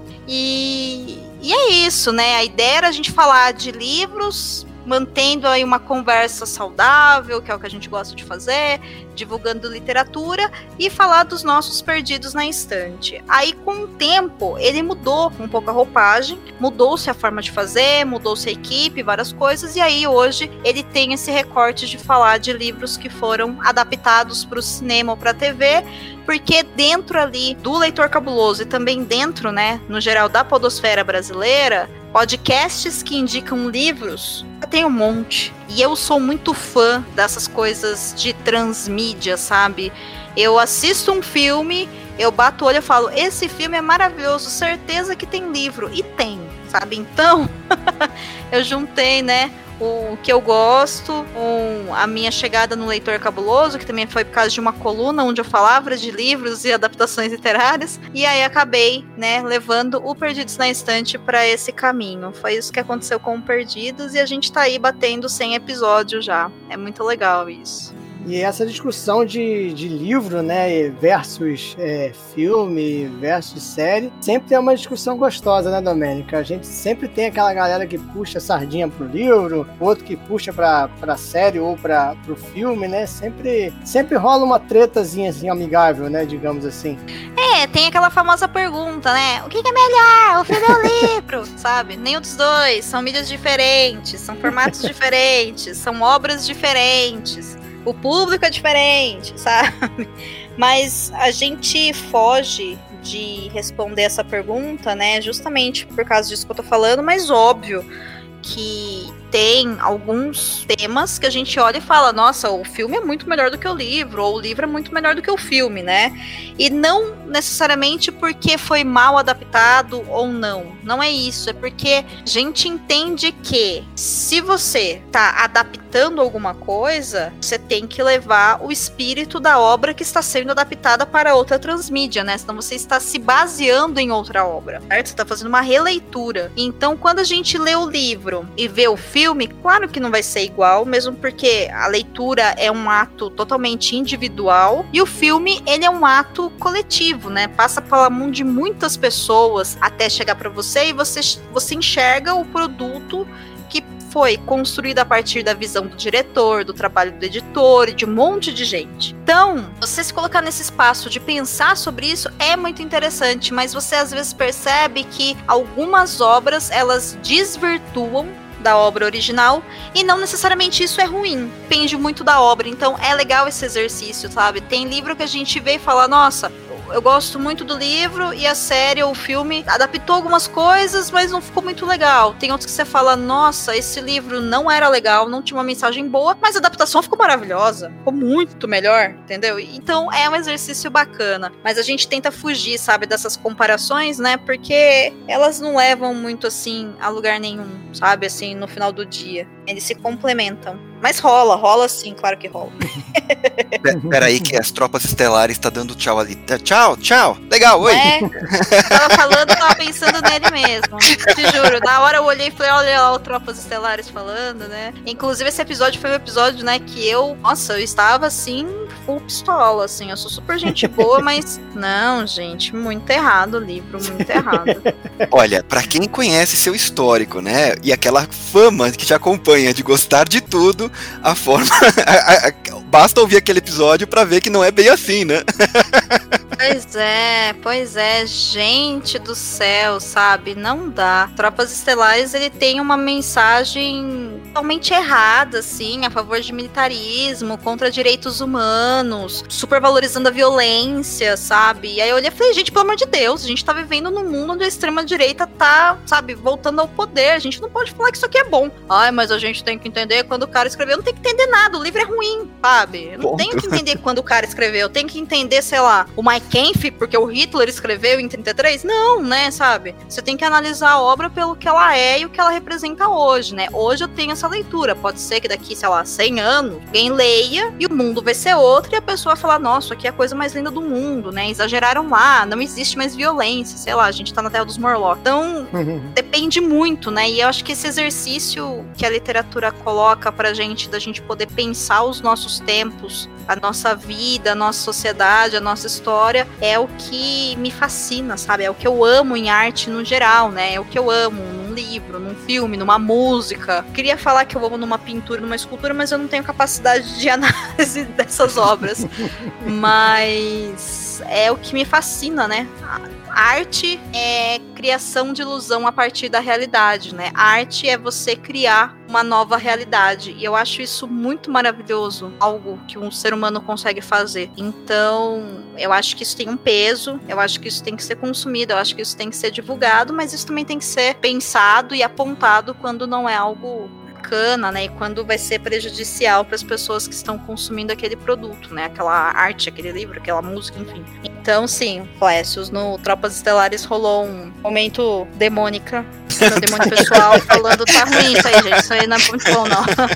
E, e é isso, né? A ideia era a gente falar de livros, mantendo aí uma conversa saudável, que é o que a gente gosta de fazer, divulgando literatura e falar dos nossos perdidos na estante. Aí, com o tempo, ele mudou um pouco a roupagem, mudou-se a forma de fazer, mudou-se a equipe, várias coisas, e aí hoje ele tem esse recorte de falar de livros que foram adaptados para o cinema ou para a T V, porque dentro ali do Leitor Cabuloso e também dentro, né, no geral da podosfera brasileira, podcasts que indicam livros, tem um monte. E eu sou muito fã dessas coisas de transmídia, sabe? Eu assisto um filme, eu bato o olho e falo, esse filme é maravilhoso, certeza que tem livro. E tem, sabe? Então, eu juntei, né, o que eu gosto, um, a minha chegada no Leitor Cabuloso, que também foi por causa de uma coluna onde eu falava de livros e adaptações literárias, e aí acabei, né, levando o Perdidos na Estante para esse caminho. Foi isso que aconteceu com o Perdidos e a gente tá aí batendo cem episódios já. É muito legal isso. E essa discussão de, de livro, né, versus é, filme, versus série, sempre é uma discussão gostosa, né, Domênica? A gente sempre tem aquela galera que puxa sardinha pro livro, outro que puxa pra, pra série ou pra, pro filme, né? Sempre, sempre rola uma tretazinha, assim, amigável, né, digamos assim. É, tem aquela famosa pergunta, né? O que, que é melhor, o filme ou o livro? Sabe? Nenhum dos dois, são mídias diferentes, são formatos diferentes, são obras diferentes. O público é diferente, sabe? Mas a gente foge de responder essa pergunta, né? Justamente por causa disso que eu tô falando, mas óbvio que tem alguns temas que a gente olha e fala, nossa, o filme é muito melhor do que o livro, ou o livro é muito melhor do que o filme, né? E não necessariamente porque foi mal adaptado ou não. Não é isso, é porque a gente entende que se você tá adaptando alguma coisa, você tem que levar o espírito da obra que está sendo adaptada para outra transmídia, né? Senão você está se baseando em outra obra, certo? Você está fazendo uma releitura. Então, quando a gente lê o livro e vê o filme, claro que não vai ser igual, mesmo porque a leitura é um ato totalmente individual e o filme, ele é um ato coletivo, né? Passa pela mão de muitas pessoas até chegar para você e você, você enxerga o produto que foi construído a partir da visão do diretor, do trabalho do editor e de um monte de gente. Então, você se colocar nesse espaço de pensar sobre isso é muito interessante, mas você às vezes percebe que algumas obras, elas desvirtuam da obra original, e não necessariamente isso é ruim, depende muito da obra. Então é legal esse exercício, sabe? Tem livro que a gente vê e fala, nossa, eu gosto muito do livro e a série ou o filme adaptou algumas coisas, mas não ficou muito legal. Tem outros que você fala, nossa, esse livro não era legal, não tinha uma mensagem boa, mas a adaptação ficou maravilhosa, ficou muito melhor, entendeu? Então é um exercício bacana, mas a gente tenta fugir, sabe, dessas comparações, né, porque elas não levam muito, assim, a lugar nenhum, sabe, assim, no final do dia. Eles se complementam. Mas rola, rola sim, claro que rola. Peraí que as tropas estelares tá dando tchau ali. Tchau, tchau. Legal, oi. É, tava falando, tava pensando nele mesmo. Te juro, na hora eu olhei e falei, olha lá o Tropas Estelares falando, né? Inclusive esse episódio foi um episódio, né, que eu, nossa, eu estava assim, full pistola, assim. Eu sou super gente boa, mas não, gente, muito errado o livro, muito errado. Olha, pra quem conhece seu histórico, né, e aquela fama que te acompanha de gostar de tudo, a forma... a, a, basta ouvir aquele episódio pra ver que não é bem assim, né? Pois é, pois é, gente do céu, sabe? Não dá. Tropas Estelares, ele tem uma mensagem totalmente errada, assim, a favor de militarismo, contra direitos humanos, supervalorizando a violência, sabe? E aí eu olhei e falei, gente, pelo amor de Deus, a gente tá vivendo num mundo onde a extrema-direita tá, sabe, voltando ao poder. A gente não pode falar que isso aqui é bom. Ai, mas a gente tem que entender quando o cara escreveu. Eu não tenho que entender nada, o livro é ruim, sabe? Eu não tenho que entender quando o cara escreveu. Eu tenho que entender, sei lá, o Mike Kempf, porque o Hitler escreveu em trinta e três? Não, né, sabe? Você tem que analisar a obra pelo que ela é e o que ela representa hoje, né? Hoje eu tenho essa leitura. Pode ser que daqui, sei lá, cem anos, alguém leia e o mundo vai ser outro e a pessoa vai falar, nossa, aqui é a coisa mais linda do mundo, né? Exageraram lá, não existe mais violência, sei lá, a gente tá na terra dos Morlocks. Então, depende muito, né? E eu acho que esse exercício que a literatura coloca pra gente, da gente poder pensar os nossos tempos, a nossa vida, a nossa sociedade, a nossa história, é o que me fascina, sabe? É o que eu amo em arte no geral, né? É o que eu amo num livro, num filme, numa música. Queria falar que eu amo numa pintura, numa escultura, mas eu não tenho capacidade de análise dessas obras. Mas é o que me fascina, né? A arte é criação de ilusão a partir da realidade, né? A arte é você criar uma nova realidade. E eu acho isso muito maravilhoso, algo que um ser humano consegue fazer. Então, eu acho que isso tem um peso, eu acho que isso tem que ser consumido, eu acho que isso tem que ser divulgado, mas isso também tem que ser pensado e apontado quando não é algo bacana, né? E quando vai ser prejudicial para as pessoas que estão consumindo aquele produto, né? Aquela arte, aquele livro, aquela música, enfim. Então, sim, Flécios, no Tropas Estelares rolou um momento demônica, meu demônio pessoal falando, tá ruim isso aí, gente, isso aí não é muito bom,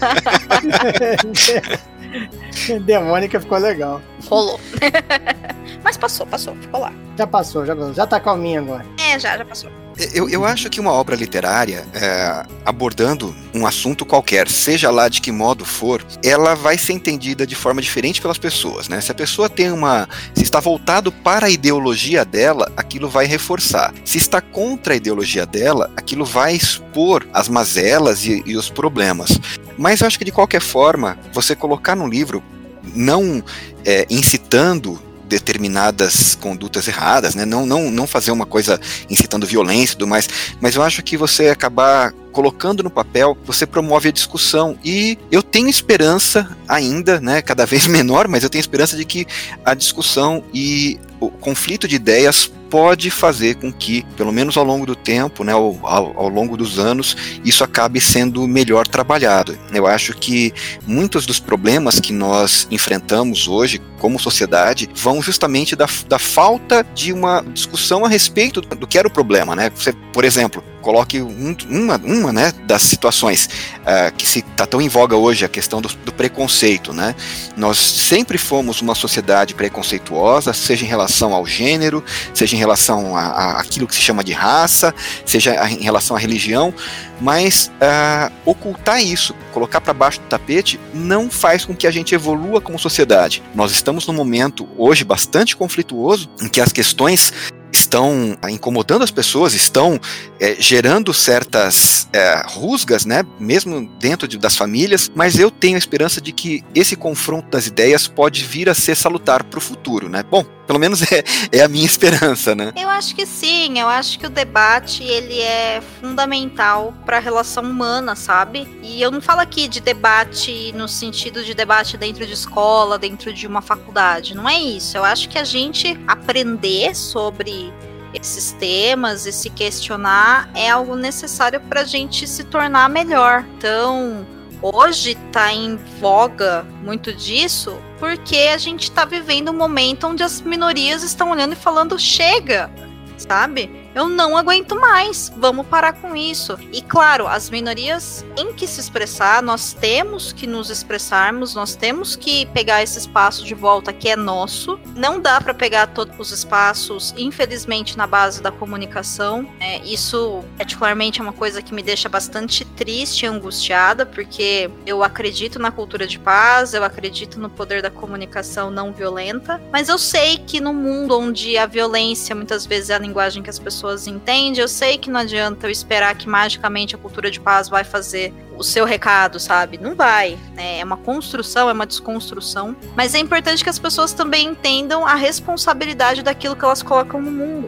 não. Demônica ficou legal. Rolou. Mas passou, passou, ficou lá. Já passou, já, já tá calminha agora. É, já, já passou. Eu, eu acho que uma obra literária, é, abordando um assunto qualquer, seja lá de que modo for, ela vai ser entendida de forma diferente pelas pessoas, né? Se a pessoa tem uma... Se está voltado para a ideologia dela, aquilo vai reforçar. Se está contra a ideologia dela, aquilo vai expor as mazelas e, e os problemas. Mas eu acho que de qualquer forma, você colocar num livro, não é, incitando determinadas condutas erradas, né? Não, não, não fazer uma coisa incitando violência e tudo mais, mas eu acho que você acabar colocando no papel, você promove a discussão, e eu tenho esperança ainda, né, cada vez menor, mas eu tenho esperança de que a discussão e o conflito de ideias pode fazer com que, pelo menos ao longo do tempo, né, ao, ao, ao longo dos anos, isso acabe sendo melhor trabalhado. Eu acho que muitos dos problemas que nós enfrentamos hoje como sociedade vão justamente da, da falta de uma discussão a respeito do, do que era o problema, né? Você, por exemplo, coloque um, uma, uma né, das situações uh, que está tão em voga hoje, a questão do, do preconceito, né? Nós sempre fomos uma sociedade preconceituosa, seja em relação ao gênero, seja em relação a, a aquilo que se chama de raça, seja em relação à religião, mas uh, ocultar isso, colocar para baixo do tapete, não faz com que a gente evolua como sociedade. Nós estamos num momento hoje bastante conflituoso, em que as questões estão incomodando as pessoas, estão é, gerando certas é, rusgas, né, mesmo dentro de, das famílias, mas eu tenho a esperança de que esse confronto das ideias pode vir a ser salutar para o futuro, né? Bom, pelo menos é, é a minha esperança, né? Eu acho que sim, eu acho que o debate, ele é fundamental para a relação humana, sabe? E eu não falo aqui de debate no sentido de debate dentro de escola, dentro de uma faculdade, não é isso. Eu acho que a gente aprender sobre esses temas e se questionar é algo necessário para a gente se tornar melhor. Então, hoje está em voga muito disso porque a gente está vivendo um momento onde as minorias estão olhando e falando, chega, sabe? Eu não aguento mais, vamos parar com isso. E claro, as minorias têm que se expressar, nós temos que nos expressarmos, nós temos que pegar esse espaço de volta que é nosso. Não dá para pegar todos os espaços, infelizmente, na base da comunicação. É, isso, particularmente, é uma coisa que me deixa bastante triste e angustiada, porque eu acredito na cultura de paz, eu acredito no poder da comunicação não violenta, mas eu sei que no mundo onde a violência muitas vezes é a linguagem que as pessoas entendem, eu sei que não adianta eu esperar que magicamente a cultura de paz vai fazer o seu recado, sabe? Não vai, né? É uma construção, é uma desconstrução, mas é importante que as pessoas também entendam a responsabilidade daquilo que elas colocam no mundo,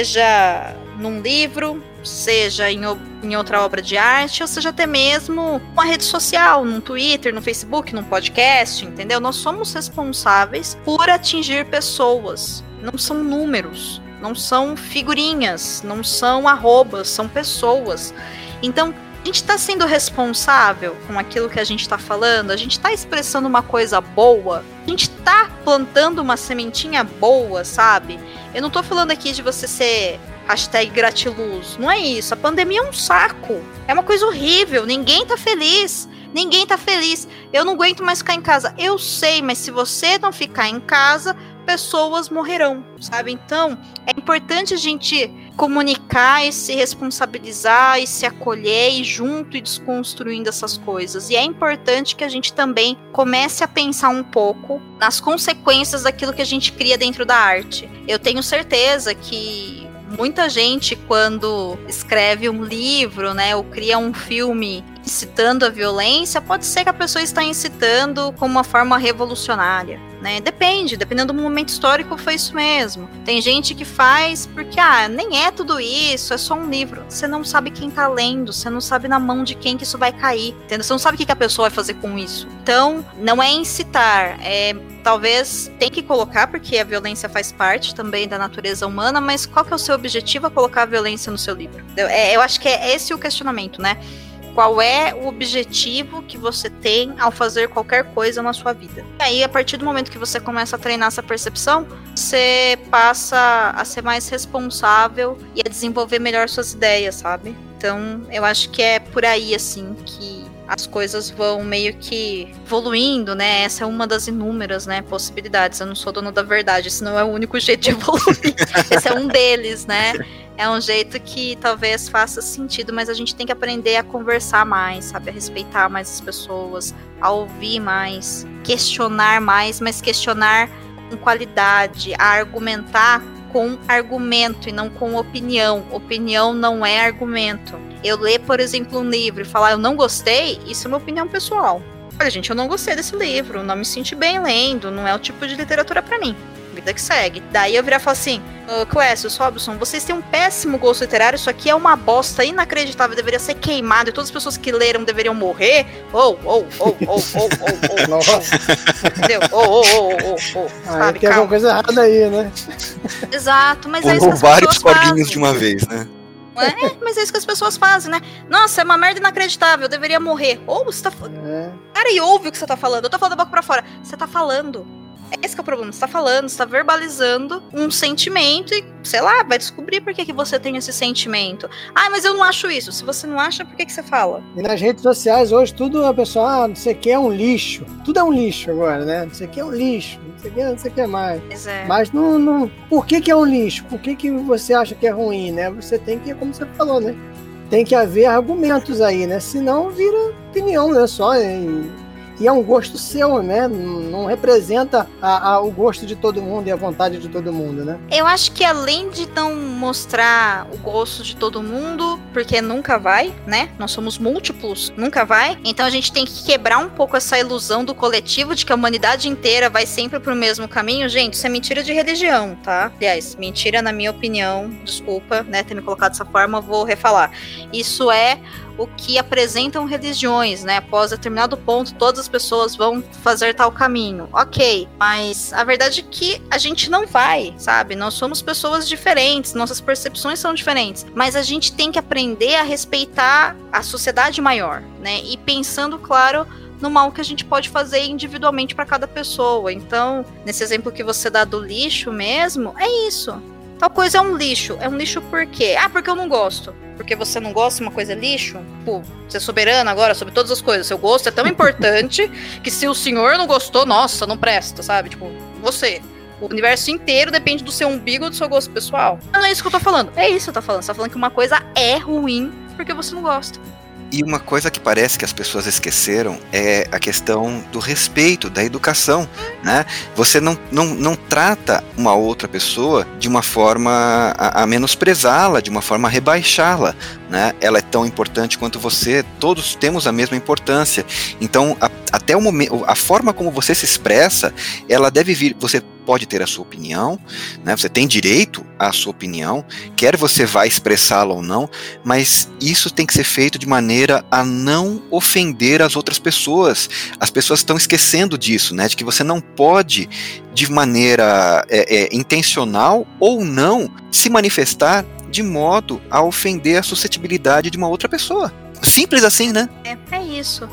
seja num livro, seja em, em outra obra de arte, ou seja até mesmo uma rede social, num Twitter, no Facebook, num podcast, entendeu? Nós somos responsáveis por atingir pessoas, não são números, não são figurinhas, não são arrobas, são pessoas. Então, a gente está sendo responsável com aquilo que a gente está falando, a gente está expressando uma coisa boa, a gente está plantando uma sementinha boa, sabe? Eu não tô falando aqui de você ser hashtag gratiluz, não é isso. A pandemia é um saco, é uma coisa horrível, ninguém tá feliz. Ninguém tá feliz. Eu não aguento mais ficar em casa. Eu sei, mas se você não ficar em casa, pessoas morrerão, sabe? Então, é importante a gente comunicar e se responsabilizar e se acolher e junto e desconstruindo essas coisas. E é importante que a gente também comece a pensar um pouco nas consequências daquilo que a gente cria dentro da arte. Eu tenho certeza que muita gente, quando escreve um livro, né, ou cria um filme incitando a violência, pode ser que a pessoa está incitando como uma forma revolucionária, né? Depende, dependendo do momento histórico, foi isso mesmo. Tem gente que faz porque, ah, nem é tudo isso, é só um livro. Você não sabe quem tá lendo, você não sabe na mão de quem que isso vai cair, entendeu? Você não sabe o que, que a pessoa vai fazer com isso. Então, não é incitar, é... talvez tem que colocar, porque a violência faz parte também da natureza humana, mas qual que é o seu objetivo a colocar a violência no seu livro? Eu, é, eu acho que é esse o questionamento, né? Qual é o objetivo que você tem ao fazer qualquer coisa na sua vida? E aí, a partir do momento que você começa a treinar essa percepção, você passa a ser mais responsável e a desenvolver melhor suas ideias, sabe? Então, eu acho que é por aí, assim, que as coisas vão meio que evoluindo, né? Essa é uma das inúmeras, né, possibilidades. Eu não sou dono da verdade, esse não é o único jeito de evoluir. Esse é um deles, né? É um jeito que talvez faça sentido, mas a gente tem que aprender a conversar mais, sabe? A respeitar mais as pessoas, a ouvir mais, questionar mais, mas questionar com qualidade, a argumentar com argumento e não com opinião. Opinião não é argumento. Eu ler, por exemplo, um livro e falar eu não gostei, isso é uma opinião pessoal. Olha, gente, eu não gostei desse livro, não me senti bem lendo, não é o tipo de literatura pra mim. vida que segue. Daí eu virar e falar assim, uh, Clécio, Robson, vocês têm um péssimo gosto literário, isso aqui é uma bosta inacreditável, deveria ser queimado e todas as pessoas que leram deveriam morrer. Ou, ou, ou, ou, ou, ou, Nossa. entendeu? Ou, ou, ou, ou, ou, sabe? Tem alguma coisa errada aí, né? Exato, mas é isso Ou que as vários pessoas corguinhos fazem. de uma vez, né? É, mas é isso que as pessoas fazem, né? Nossa, é uma merda inacreditável, eu deveria morrer. Ou você tá... É. Cara, e ouve o que você tá falando. Eu tô falando da boca pra fora. Você tá falando. Esse que é o problema. Você tá falando, você tá verbalizando um sentimento e, sei lá, vai descobrir por que, que você tem esse sentimento. Ah, mas eu não acho isso. Se você não acha, por que, que você fala? E nas redes sociais hoje tudo a pessoa, ah, não sei o que é um lixo. Tudo é um lixo agora, né? Não sei o que é um lixo. Não sei o que, não sei o que é mais. Pois é. Mas não, não. Por que, que é um lixo? Por que, que você acha que é ruim, né? Você tem que, como você falou, né? Tem que haver argumentos aí, né? Senão vira opinião, né? Só. E, e é um gosto seu, né? Não representa a, a, o gosto de todo mundo e a vontade de todo mundo, né? Eu acho que além de não mostrar o gosto de todo mundo, porque nunca vai, né? Nós somos múltiplos, nunca vai. Então a gente tem que quebrar um pouco essa ilusão do coletivo de que a humanidade inteira vai sempre pro mesmo caminho. Gente, isso é mentira de religião, tá? Aliás, mentira na minha opinião. Desculpa, né, ter me colocado dessa forma, vou refalar. Isso é o que apresentam religiões, né? Após determinado ponto, todas as pessoas vão fazer tal caminho. Ok, mas a verdade é que a gente não vai, sabe? Nós somos pessoas diferentes, nossas percepções são diferentes, mas a gente tem que aprender a respeitar a sociedade maior, né? E pensando, claro, no mal que a gente pode fazer individualmente para cada pessoa. Então, nesse exemplo que você dá do lixo mesmo, é isso. Tal coisa é um lixo. É um lixo por quê? Ah, porque eu não gosto. Porque você não gosta, uma coisa é lixo? Pô, você é soberano agora sobre todas as coisas. Seu gosto é tão importante que se o senhor não gostou, nossa, não presta, sabe? Tipo, você. O universo inteiro depende do seu umbigo ou do seu gosto pessoal. Não é isso que eu tô falando. É isso que eu tô falando. Você tá falando que uma coisa é ruim porque você não gosta. E uma coisa que parece que as pessoas esqueceram é a questão do respeito, da educação, né? Você não, não, não trata uma outra pessoa de uma forma a, a menosprezá-la, de uma forma a rebaixá-la, né? Ela é tão importante quanto você, todos temos a mesma importância. Então, a, até o momento, a forma como você se expressa, ela deve vir, você pode ter a sua opinião, né? Você tem direito à sua opinião, quer você vá expressá-la ou não, mas isso tem que ser feito de maneira a não ofender as outras pessoas. As pessoas estão esquecendo disso, né? De que você não pode, de maneira é, é, intencional ou não, se manifestar de modo a ofender a suscetibilidade de uma outra pessoa. Simples assim, né? É, é isso.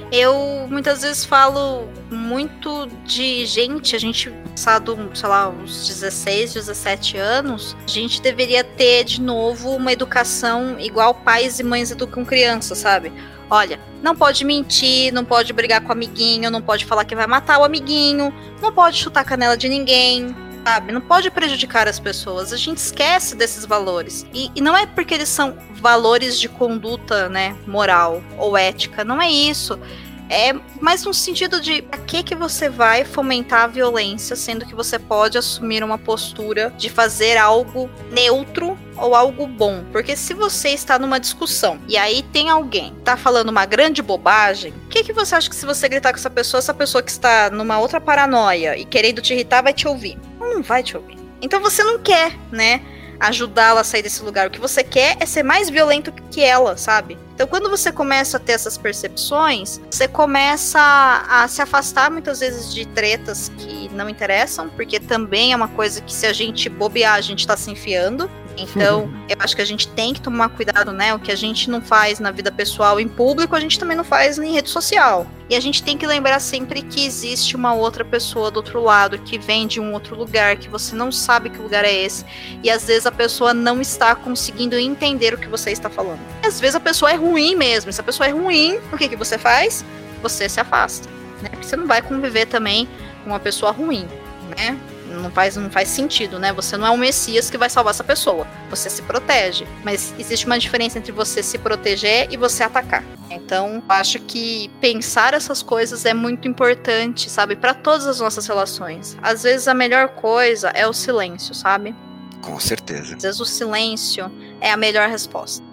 Eu muitas vezes falo muito de gente, a gente, passado, sei lá, uns dezesseis, dezessete anos, a gente deveria ter de novo uma educação igual pais e mães educam crianças, sabe? Olha, não pode mentir, não pode brigar com o amiguinho, não pode falar que vai matar o amiguinho, não pode chutar a canela de ninguém, sabe? Não pode prejudicar as pessoas. A gente esquece desses valores. E, e não é porque eles são valores de conduta, né, moral ou ética, não é isso. É mais no sentido de pra que que você vai fomentar a violência, sendo que você pode assumir uma postura de fazer algo neutro ou algo bom. Porque se você está numa discussão e aí tem alguém que tá falando uma grande bobagem, o que que você acha que se você gritar com essa pessoa, essa pessoa que está numa outra paranoia e querendo te irritar vai te ouvir? Não vai te ouvir. Então você não quer, né, ajudá-la a sair desse lugar. O que você quer é ser mais violento que ela, sabe? Então, quando você começa a ter essas percepções, você começa a se afastar muitas vezes de tretas que não interessam, porque também é uma coisa que se a gente bobear, a gente tá se enfiando. Então, eu acho que a gente tem que tomar cuidado, né? O que a gente não faz na vida pessoal em público, a gente também não faz em rede social. E a gente tem que lembrar sempre que existe uma outra pessoa do outro lado, que vem de um outro lugar, que você não sabe que lugar é esse. E às vezes a pessoa não está conseguindo entender o que você está falando. E às vezes a pessoa é ruim mesmo. Se a pessoa é ruim, o que, que você faz? Você se afasta, né? Porque você não vai conviver também com uma pessoa ruim, né? Não faz, não faz sentido, né? Você não é o Messias que vai salvar essa pessoa. Você se protege. Mas existe uma diferença entre você se proteger e você atacar. Então, acho que pensar essas coisas é muito importante, sabe? Para todas as nossas relações. Às vezes a melhor coisa é o silêncio, sabe? Com certeza. Às vezes o silêncio é a melhor resposta.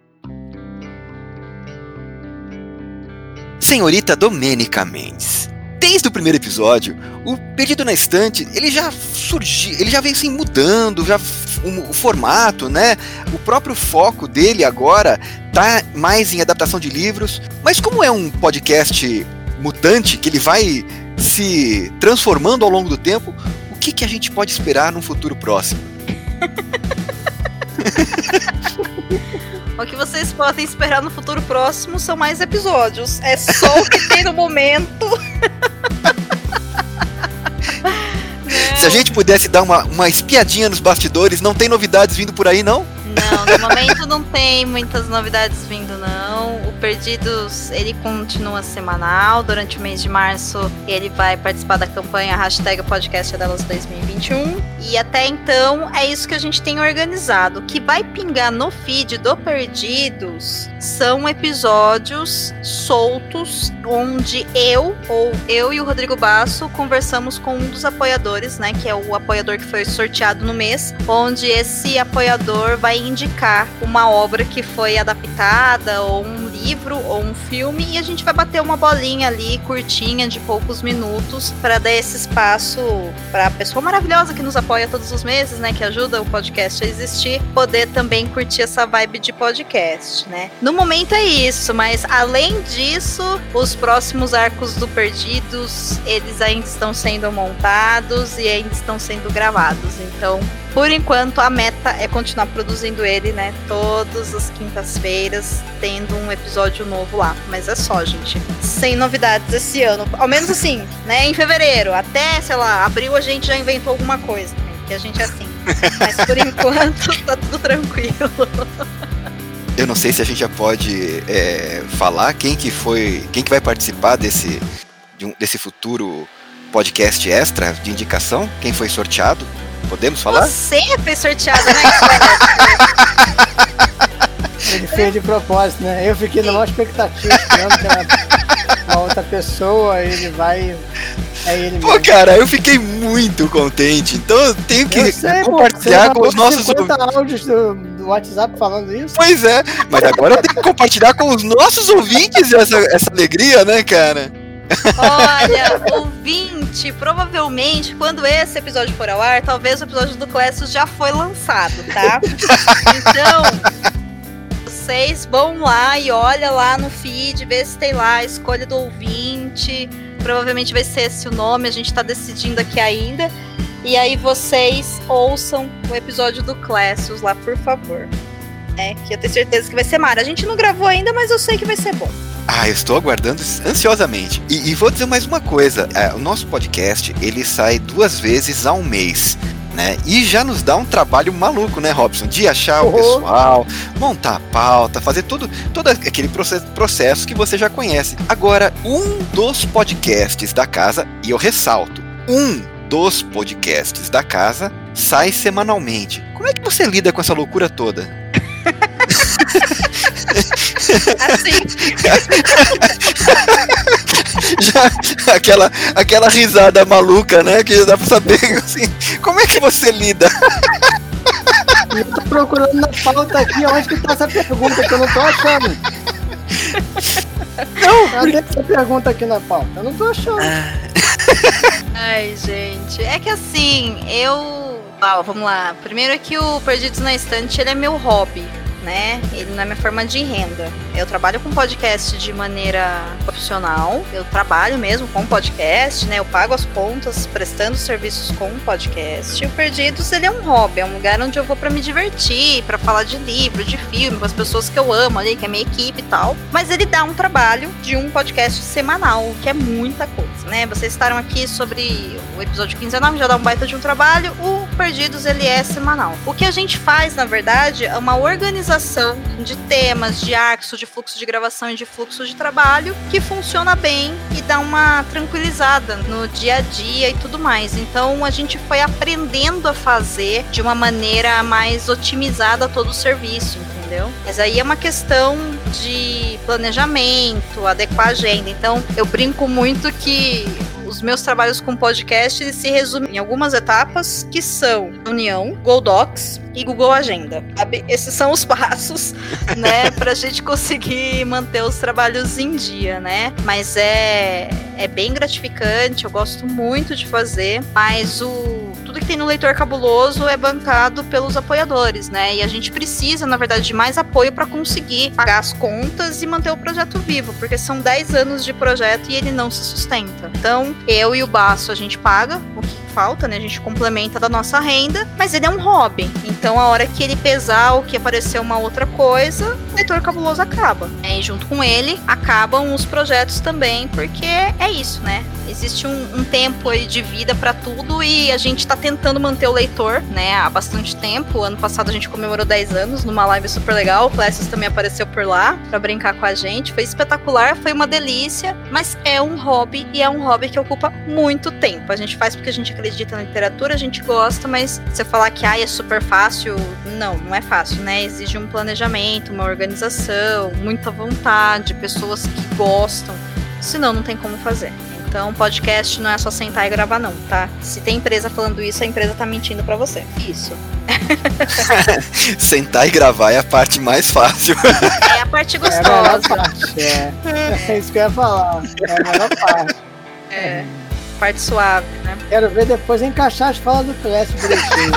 Senhorita Domênica Mendes, desde o primeiro episódio, o Perdido na Estante, ele já surgiu, ele já veio assim mudando, já o, o formato, né? O próprio foco dele agora tá mais em adaptação de livros, mas como é um podcast mutante, que ele vai se transformando ao longo do tempo, o que, que a gente pode esperar num futuro próximo? O que vocês podem esperar no futuro próximo são mais episódios. É só o que tem no momento. Se a gente pudesse dar uma, uma espiadinha nos bastidores, não tem novidades vindo por aí, não? Não, no momento não tem muitas novidades vindo, não. O Perdidos, ele continua semanal. Durante o mês de março, ele vai participar da campanha hashtag Podcast Delas dois mil e vinte e um. E até então, é isso que a gente tem organizado. O que vai pingar no feed do Perdidos são episódios soltos, onde eu, ou eu e o Rodrigo Basso, conversamos com um dos apoiadores, né? Que é o apoiador que foi sorteado no mês, onde esse apoiador vai indicar uma obra que foi adaptada, ou um livro, ou um filme, e a gente vai bater uma bolinha ali, curtinha, de poucos minutos, para dar esse espaço para a pessoa maravilhosa que nos apoia todos os meses, né, que ajuda o podcast a existir, poder também curtir essa vibe de podcast, né. No momento é isso, mas além disso, os próximos arcos do Perdidos, eles ainda estão sendo montados e ainda estão sendo gravados, então... Por enquanto, a meta é continuar produzindo ele, né? Todas as quintas-feiras, tendo um episódio novo lá. Mas é só, gente. Sem novidades esse ano. Ao menos assim, né? Em fevereiro. Até, sei lá, abril a gente já inventou alguma coisa. Que a gente é assim. Mas por enquanto, tá tudo tranquilo. Eu não sei se a gente já pode é, falar quem que foi... Quem que vai participar desse, de um, desse futuro podcast extra de indicação? Quem foi sorteado? Podemos falar? Você foi sorteada, né? Ele fez de propósito, né? Eu fiquei na maior expectativa, esperando que uma outra pessoa, ele vai... É ele Pô, mesmo. cara, eu fiquei muito contente. Então eu tenho que Eu sei, compartilhar pô, com os nossos cinquenta áudios do, do WhatsApp falando isso. Pois é, mas agora eu tenho que compartilhar com os nossos ouvintes essa, essa alegria, né, cara? Olha, ouvinte, provavelmente quando esse episódio for ao ar, talvez o episódio do Clécio já foi lançado, tá? Então, vocês vão lá e olha lá no feed, vê se tem lá a escolha do ouvinte. Provavelmente vai ser esse o nome, a gente tá decidindo aqui ainda. E aí vocês ouçam o episódio do Clécio lá, por favor. É, que eu tenho certeza que vai ser mara. A gente não gravou ainda, mas eu sei que vai ser bom. Ah, eu estou aguardando ansiosamente. E, e vou dizer mais uma coisa. É, o nosso podcast, ele sai duas vezes ao mês, né? E já nos dá um trabalho maluco, né, Robson? De achar o pessoal, montar a pauta, fazer tudo, todo aquele processo, processo que você já conhece. Agora, um dos podcasts da casa, e eu ressalto, um dos podcasts da casa sai semanalmente. Como é que você lida com essa loucura toda? Assim. Já, aquela, aquela risada maluca, né? Que dá pra saber, assim, como é que você lida? Eu tô procurando na pauta aqui onde que tá essa pergunta que eu não tô achando. Não! Cadê essa pergunta aqui na pauta? Eu não tô achando. Ai, gente, é que assim, eu... Ah, vamos lá. Primeiro é que o Perdidos na Estante, ele é meu hobby, né? Ele não é minha forma de renda. Eu trabalho com podcast de maneira profissional. Eu trabalho mesmo com podcast, né? Eu pago as contas prestando serviços com podcast. E o Perdidos, ele é um hobby, é um lugar onde eu vou pra me divertir, pra falar de livro, de filme, com as pessoas que eu amo ali, que é minha equipe e tal. Mas ele dá um trabalho de um podcast semanal, que é muita coisa, né? Vocês estaram aqui sobre o episódio quinzenal, que já dá um baita de um trabalho. O Perdidos, ele é semanal. O que a gente faz, na verdade, é uma organização de temas, de arcos, de fluxo de gravação e de fluxo de trabalho que funciona bem e dá uma tranquilizada no dia a dia e tudo mais. Então a gente foi aprendendo a fazer de uma maneira mais otimizada todo o serviço, entendeu? Mas aí é uma questão de planejamento, adequar a agenda. Então eu brinco muito que os meus trabalhos com podcast, eles se resumem em algumas etapas, que são reunião, Google Docs e Google Agenda, sabe? Esses são os passos, né, pra gente conseguir manter os trabalhos em dia, né? Mas é... é bem gratificante, eu gosto muito de fazer, mas o tudo que tem no Leitor Cabuloso é bancado pelos apoiadores, né? E a gente precisa, na verdade, de mais apoio para conseguir pagar as contas e manter o projeto vivo, porque são dez anos de projeto e ele não se sustenta. Então, eu e o Baço, a gente paga o que falta, né? A gente complementa da nossa renda, mas ele é um hobby. Então, a hora que ele pesar ou que aparecer uma outra coisa, o Leitor Cabuloso acaba. E junto com ele, acabam os projetos também, porque é isso, né? Existe um, um tempo aí de vida para tudo e a gente tá tentando manter o leitor, né, há bastante tempo. Ano passado a gente comemorou dez anos numa live super legal, o Clécius também apareceu por lá pra brincar com a gente, foi espetacular, foi uma delícia, mas é um hobby e é um hobby que ocupa muito tempo. A gente faz porque a gente acredita na literatura, a gente gosta, mas você falar que ah, é super fácil, não, não é fácil, né, exige um planejamento, uma organização, muita vontade, pessoas que gostam, senão não tem como fazer. Então, podcast não é só sentar e gravar, não, tá? Se tem empresa falando isso, a empresa tá mentindo pra você. Isso. Sentar e gravar é a parte mais fácil. É a parte gostosa. É a melhor parte, é. É isso que eu ia falar. É a melhor parte. É, parte suave, né? Quero ver depois encaixar as falas do Clécio direitinho.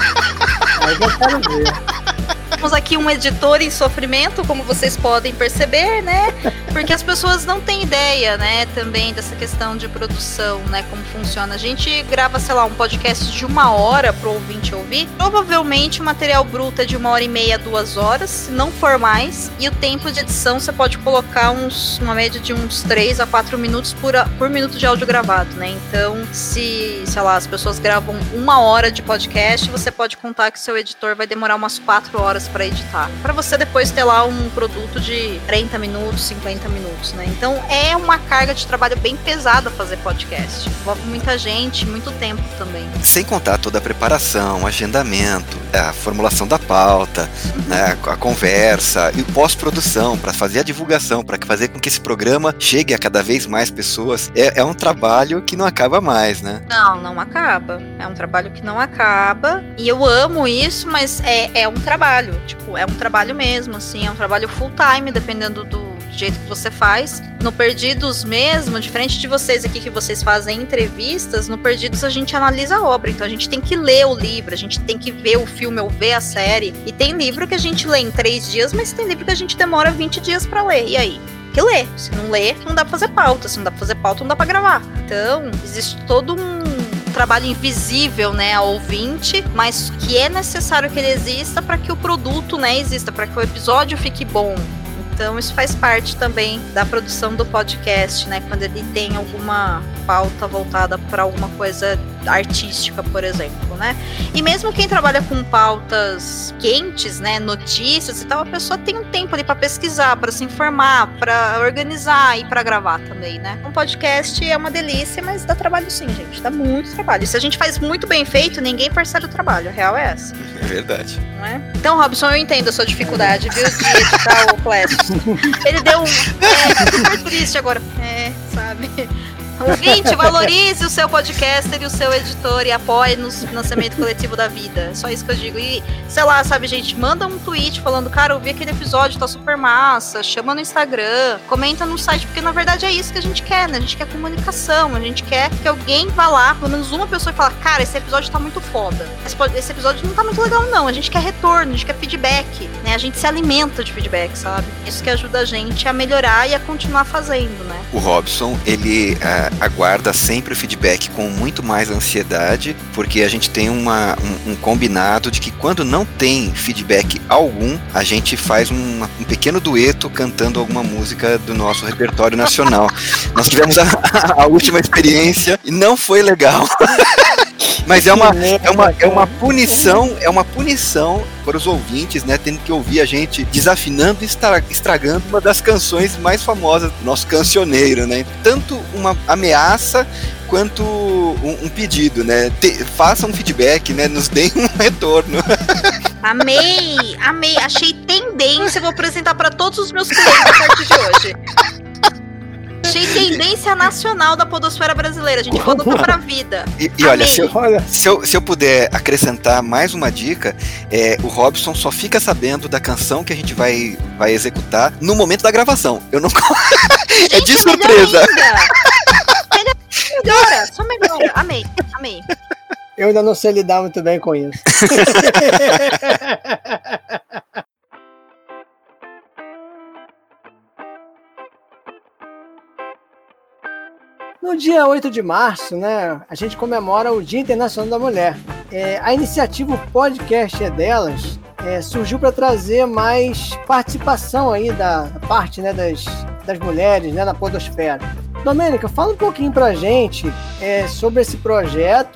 Aí eu quero ver. Temos aqui um editor em sofrimento, como vocês podem perceber, né? Porque as pessoas não têm ideia, né? Também dessa questão de produção, né? Como funciona. A gente grava, sei lá, um podcast de uma hora pro ouvinte ouvir. Provavelmente o material bruto é de uma hora e meia, duas horas, se não for mais. E o tempo de edição você pode colocar uns, uma média de uns três a quatro minutos por, por minuto de áudio gravado, né? Então, se, sei lá, as pessoas gravam uma hora de podcast, você pode contar que o seu editor vai demorar umas quatro horas para editar, para você depois ter lá um produto de trinta minutos, cinquenta minutos, né? Então é uma carga de trabalho bem pesada fazer podcast. Envolve muita gente, muito tempo também. Sem contar toda a preparação, agendamento, a formulação da pauta, uhum. né, a conversa e pós-produção para fazer a divulgação, para fazer com que esse programa chegue a cada vez mais pessoas. É, é um trabalho que não acaba mais, né? Não, não acaba. É um trabalho que não acaba. E eu amo isso, mas é, é um trabalho. Tipo, é um trabalho mesmo, assim, é um trabalho full time, dependendo do jeito que você faz. No Perdidos mesmo, diferente de vocês aqui que vocês fazem entrevistas, no Perdidos a gente analisa a obra, então a gente tem que ler o livro, a gente tem que ver o filme ou ver a série, e tem livro que a gente lê em três dias, mas tem livro que a gente demora vinte dias pra ler, e aí? Que ler, se não ler, não dá pra fazer pauta, se não dá pra fazer pauta, não dá pra gravar. Então, existe todo um trabalho invisível, né, ao ouvinte, mas que é necessário que ele exista para que o produto, né, exista, para que o episódio fique bom. Então isso faz parte também da produção do podcast, né, quando ele tem alguma pauta voltada para alguma coisa artística, por exemplo, né? E mesmo quem trabalha com pautas quentes, né, notícias e tal, a pessoa tem um tempo ali para pesquisar, para se informar, para organizar e para gravar também, né? Um podcast é uma delícia, mas dá trabalho sim, gente, dá muito trabalho. E se a gente faz muito bem feito, ninguém percebe o trabalho, a real é essa. É verdade. Não é? Então, Robson, eu entendo a sua dificuldade, viu, de editar o Clécio. Ele deu um... É, super triste agora. É, sabe... Ouvinte, valorize o seu podcaster e o seu editor e apoie no financiamento coletivo da vida. É só isso que eu digo. E, sei lá, sabe, gente, manda um tweet falando, cara, eu vi aquele episódio, tá super massa, chama no Instagram, comenta no site, porque na verdade é isso que a gente quer, né? A gente quer comunicação, a gente quer que alguém vá lá, pelo menos uma pessoa e fala, cara, esse episódio tá muito foda. Esse, esse episódio não tá muito legal, não. A gente quer retorno, a gente quer feedback, né? A gente se alimenta de feedback, sabe? Isso que ajuda a gente a melhorar e a continuar fazendo, né? O Robson, ele... Uh... aguarda sempre o feedback com muito mais ansiedade, porque a gente tem uma, um, um combinado de que quando não tem feedback algum, a gente faz um, um pequeno dueto cantando alguma música do nosso repertório nacional. Nós tivemos a, a última experiência e não foi legal. Mas é uma, é, uma, é uma punição, é uma punição para os ouvintes, né, tendo que ouvir a gente desafinando e estragando uma das canções mais famosas do nosso cancioneiro, né? Tanto uma ameaça quanto um, um pedido, né? Te, façam um feedback, né? Nos deem um retorno. Amei, amei, achei tendência, vou apresentar para todos os meus clientes a partir de hoje. Achei tendência nacional da podosfera brasileira. A gente botou pra vida. E, e olha, se eu, se, eu, se eu puder acrescentar mais uma dica, é, o Robson só fica sabendo da canção que a gente vai, vai executar no momento da gravação. Eu não... Gente, é de surpresa. Melhor ainda não sei lidar muito bem com isso. No dia oito de março, né, a gente comemora o Dia Internacional da Mulher. É, a iniciativa Podcast é Delas é, surgiu para trazer mais participação aí da, da parte, né, das, das mulheres, né, na podosfera. Domênica, fala um pouquinho pra gente é, sobre esse projeto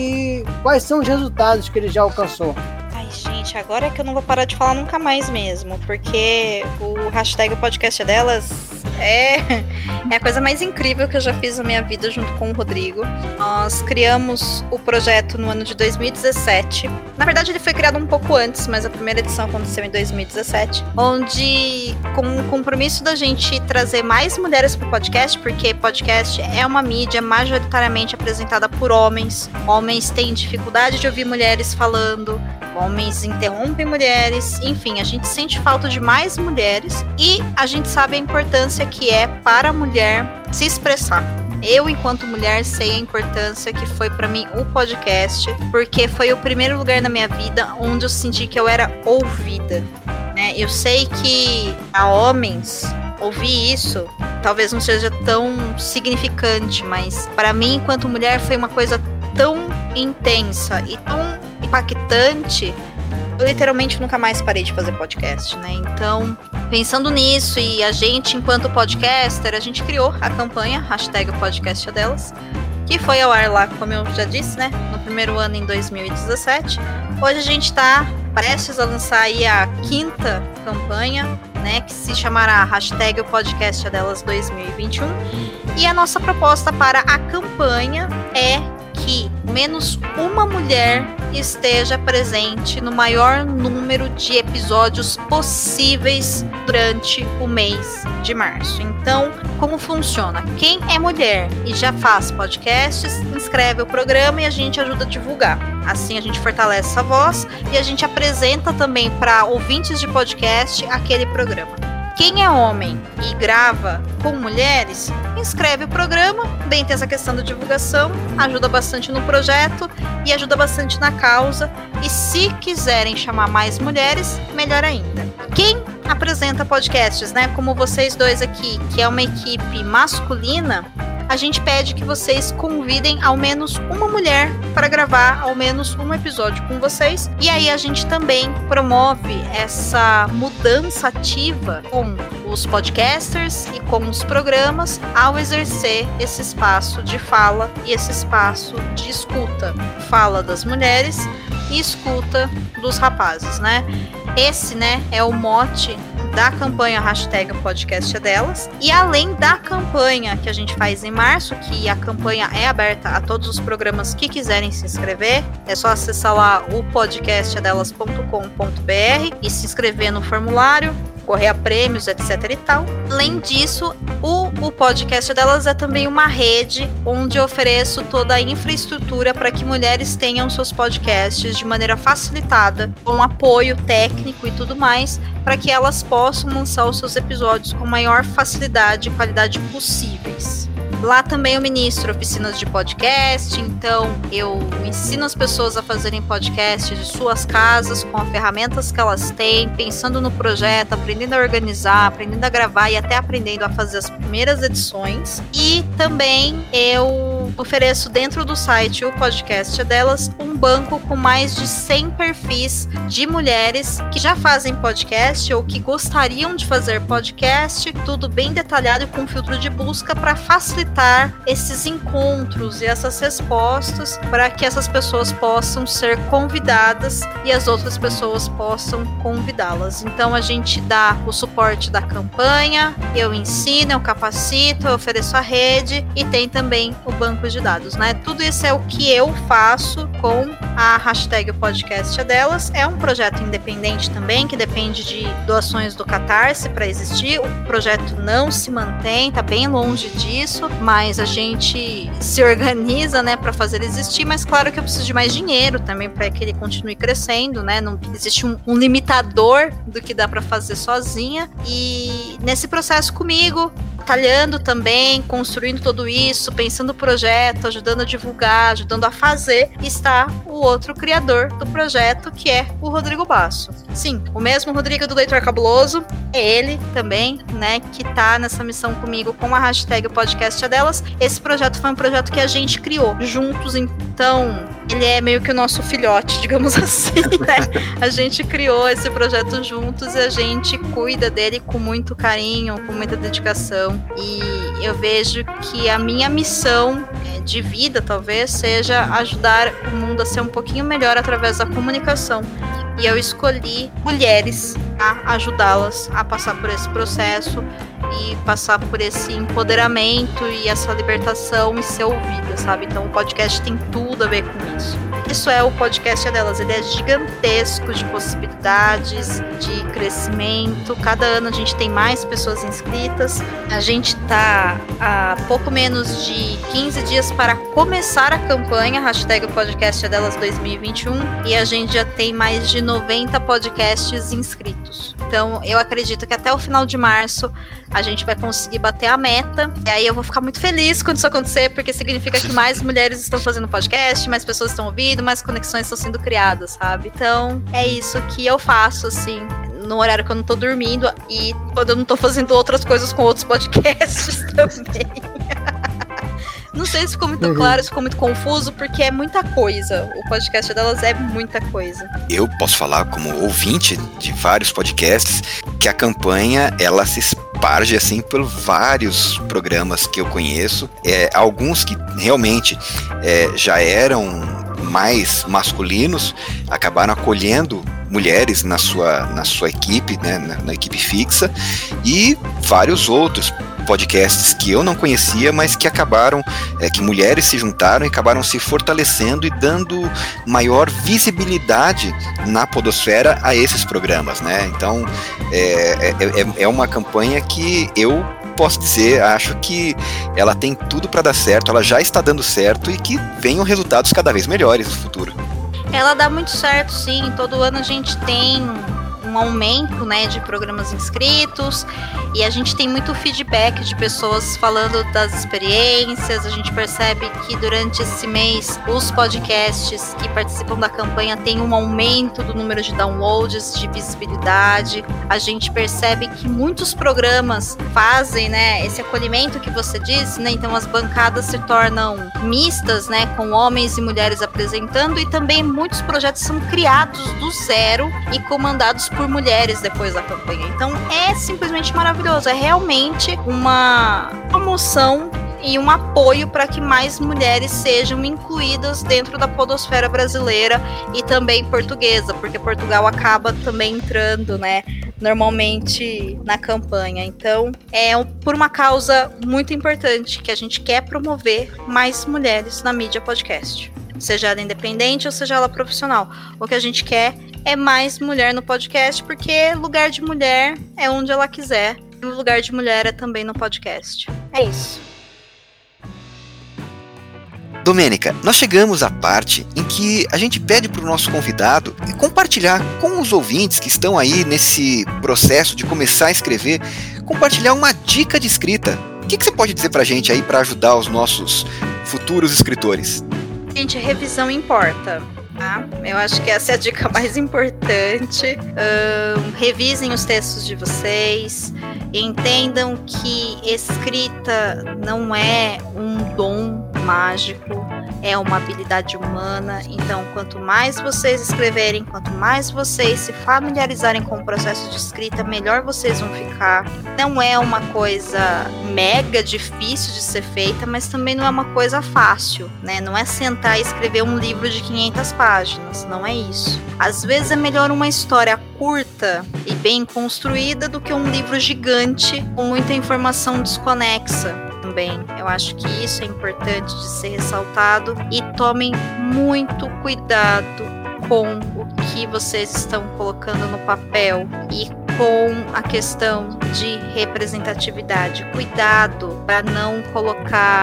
e quais são os resultados que ele já alcançou. Ai, gente, agora é que eu não vou parar de falar nunca mais mesmo, porque o hashtag podcast é delas é, é a coisa mais incrível que eu já fiz na minha vida junto com o Rodrigo. Nós criamos o projeto no ano de dois mil e dezessete. Na verdade, ele foi criado um pouco antes, mas a primeira edição aconteceu em dois mil e dezessete, onde, com o compromisso da gente trazer mais mulheres para o podcast, porque podcast é uma mídia majoritariamente apresentada por homens. Homens têm dificuldade de ouvir mulheres falando, homens interrompem mulheres, enfim, a gente sente falta de mais mulheres e a gente sabe a importância que é para a mulher se expressar. Eu, enquanto mulher, sei a importância que foi para mim o podcast, porque foi o primeiro lugar na minha vida onde eu senti que eu era ouvida, né? Eu sei que a homens ouvir isso talvez não seja tão significante, mas para mim, enquanto mulher, foi uma coisa tão intensa e tão impactante. Eu literalmente nunca mais parei de fazer podcast, né? Então, pensando nisso e a gente, enquanto podcaster, a gente criou a campanha, hashtag podcast é delas, que foi ao ar lá, como eu já disse, né? No primeiro ano, em dois mil e dezessete. Hoje a gente tá prestes a lançar aí a quinta campanha, né? Que se chamará hashtag podcast é delas dois mil e vinte e um. E a nossa proposta para a campanha é que menos uma mulher esteja presente no maior número de episódios possíveis durante o mês de março. Então, como funciona? Quem é mulher e já faz podcasts, inscreve o programa e a gente ajuda a divulgar. Assim a gente fortalece a voz e a gente apresenta também para ouvintes de podcast aquele programa. Quem é homem e grava com mulheres, inscreve o programa, bem tem essa questão da divulgação, ajuda bastante no projeto e ajuda bastante na causa. E se quiserem chamar mais mulheres, melhor ainda. Quem apresenta podcasts, né, como vocês dois aqui, que é uma equipe masculina, a gente pede que vocês convidem ao menos uma mulher para gravar ao menos um episódio com vocês. E aí a gente também promove essa mudança ativa com os podcasters e com os programas ao exercer esse espaço de fala e esse espaço de escuta. Fala das mulheres e escuta dos rapazes, né? Esse, né, é o mote da campanha hashtag podcast é delas. E além da campanha que a gente faz em março, que a campanha é aberta a todos os programas que quiserem se inscrever, é só acessar lá o podcast é delas ponto com ponto b r e se inscrever no formulário, correr a prêmios, etc e tal. Além disso, o, o podcast delas é também uma rede onde eu ofereço toda a infraestrutura para que mulheres tenham seus podcasts de maneira facilitada, com apoio técnico e tudo mais, para que elas possam lançar os seus episódios com maior facilidade e qualidade possíveis. Lá também eu ministro oficinas de podcast, então eu ensino as pessoas a fazerem podcast de suas casas, com as ferramentas que elas têm, pensando no projeto, aprendendo a organizar, aprendendo a gravar e até aprendendo a fazer as primeiras edições. E também eu ofereço dentro do site o podcast é delas um banco com mais de cem perfis de mulheres que já fazem podcast ou que gostariam de fazer podcast, tudo bem detalhado e com filtro de busca para facilitar esses encontros e essas respostas para que essas pessoas possam ser convidadas e as outras pessoas possam convidá-las. Então a gente dá o suporte da campanha, eu ensino, eu capacito, eu ofereço a rede e tem também o banco de dados, né? Tudo isso é o que eu faço com a hashtag o podcast é delas. É um projeto independente também, que depende de doações do Catarse para existir. O projeto não se mantém, tá bem longe disso, mas a gente se organiza, né, para fazer existir. Mas claro que eu preciso de mais dinheiro também para que ele continue crescendo, né? Não existe um, um limitador do que dá para fazer sozinha. E nesse processo comigo batalhando também, construindo tudo isso, pensando o projeto, ajudando a divulgar, ajudando a fazer, está o outro criador do projeto, que é o Rodrigo Basso. Sim, o mesmo Rodrigo do Leitor Cabuloso, é ele também, né, que tá nessa missão comigo com a hashtag O Podcast é Delas. Esse projeto foi um projeto que a gente criou juntos, então ele é meio que o nosso filhote, digamos assim, né? A gente criou esse projeto juntos e a gente cuida dele com muito carinho, com muita dedicação. E eu vejo que a minha missão de vida, talvez, seja ajudar o mundo a ser um pouquinho melhor através da comunicação. E eu escolhi mulheres a ajudá-las a passar por esse processo e passar por esse empoderamento e essa libertação e ser ouvida, sabe? Então o podcast tem tudo a ver com isso. Isso é o Podcast é Delas, ele é gigantesco de possibilidades, de crescimento. Cada ano a gente tem mais pessoas inscritas. A gente tá há pouco menos de quinze dias para começar a campanha hashtag O Podcast é Delas dois mil e vinte e um e a gente já tem mais de noventa podcasts inscritos. Então eu acredito que até o final de março a gente vai conseguir bater a meta. E aí eu vou ficar muito feliz quando isso acontecer, porque significa que mais mulheres estão fazendo podcast, mais pessoas estão ouvindo, mais conexões estão sendo criadas, sabe? Então é isso que eu faço, assim, no horário que eu não tô dormindo e quando eu não tô fazendo outras coisas com outros podcasts também. Não sei se ficou muito uhum. claro, se ficou muito confuso, porque é muita coisa. O podcast delas é muita coisa. Eu posso falar como ouvinte de vários podcasts que a campanha, ela se esparge assim por vários programas que eu conheço. É, alguns que realmente é, já eram mais masculinos, acabaram acolhendo mulheres na sua, na sua equipe, né, na, na equipe fixa, e vários outros podcasts que eu não conhecia, mas que acabaram, é, que mulheres se juntaram e acabaram se fortalecendo e dando maior visibilidade na podosfera a esses programas, né? Então é, é, é uma campanha que eu posso dizer, acho que ela tem tudo para dar certo, ela já está dando certo e que venham resultados cada vez melhores no futuro. Ela dá muito certo, sim. Todo ano a gente tem um aumento, né, de programas inscritos e a gente tem muito feedback de pessoas falando das experiências. A gente percebe que durante esse mês os podcasts que participam da campanha têm um aumento do número de downloads, de visibilidade. A gente percebe que muitos programas fazem, né, esse acolhimento que você disse, né, então as bancadas se tornam mistas, né, com homens e mulheres apresentando, e também muitos projetos são criados do zero e comandados por mulheres depois da campanha. Então é simplesmente maravilhoso, é realmente uma promoção e um apoio para que mais mulheres sejam incluídas dentro da podosfera brasileira e também portuguesa, porque Portugal acaba também entrando, né, normalmente na campanha. Então é por uma causa muito importante que a gente quer promover mais mulheres na mídia podcast, seja ela independente ou seja ela profissional. O que a gente quer é mais mulher no podcast, porque lugar de mulher é onde ela quiser, e o lugar de mulher é também no podcast. É isso. Domênica, nós chegamos à parte em que a gente pede para o nosso convidado compartilhar com os ouvintes que estão aí nesse processo de começar a escrever, compartilhar uma dica de escrita. O que, que você pode dizer para a gente aí para ajudar os nossos futuros escritores? Gente, revisão importa. Tá? Eu acho que essa é a dica mais importante. Um, revisem os textos de vocês, entendam que escrita não é um dom mágico, é uma habilidade humana. Então, quanto mais vocês escreverem, quanto mais vocês se familiarizarem com o processo de escrita, melhor vocês vão ficar. Não é uma coisa mega difícil de ser feita, mas também não é uma coisa fácil, né? Não é sentar e escrever um livro de quinhentas páginas, não é isso. Às vezes é melhor uma história curta e bem construída do que um livro gigante com muita informação desconexa. Também. Eu acho que isso é importante de ser ressaltado, e tomem muito cuidado com o que vocês estão colocando no papel e com a questão de representatividade. Cuidado para não colocar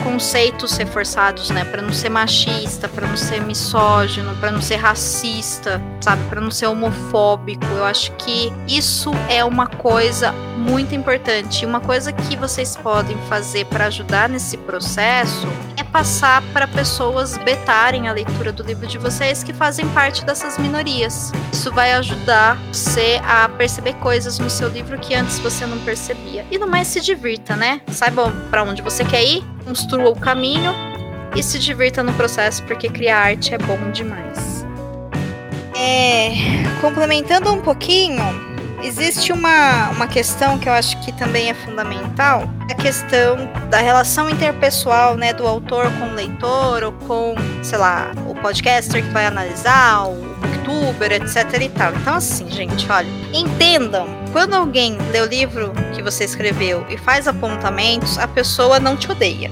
conceitos reforçados, né? Pra não ser machista, pra não ser misógino, pra não ser racista, sabe? Pra não ser homofóbico. Eu acho que isso é uma coisa muito importante. Uma coisa que vocês podem fazer pra ajudar nesse processo é passar para pessoas betarem a leitura do livro de vocês que fazem parte dessas minorias. Isso vai ajudar você a perceber coisas no seu livro que antes você não percebia. E no mais, se divirta, né? Saiba pra onde você quer ir, construa o caminho e se divirta no processo, porque criar arte é bom demais. É, complementando um pouquinho, existe uma, uma questão que eu acho que também é fundamental, a questão da relação interpessoal, né, do autor com o leitor, ou com, sei lá, o podcaster que vai analisar, o booktuber, etc e tal. Então assim, gente, olha, entendam, quando alguém lê o livro que você escreveu e faz apontamentos, a pessoa não te odeia.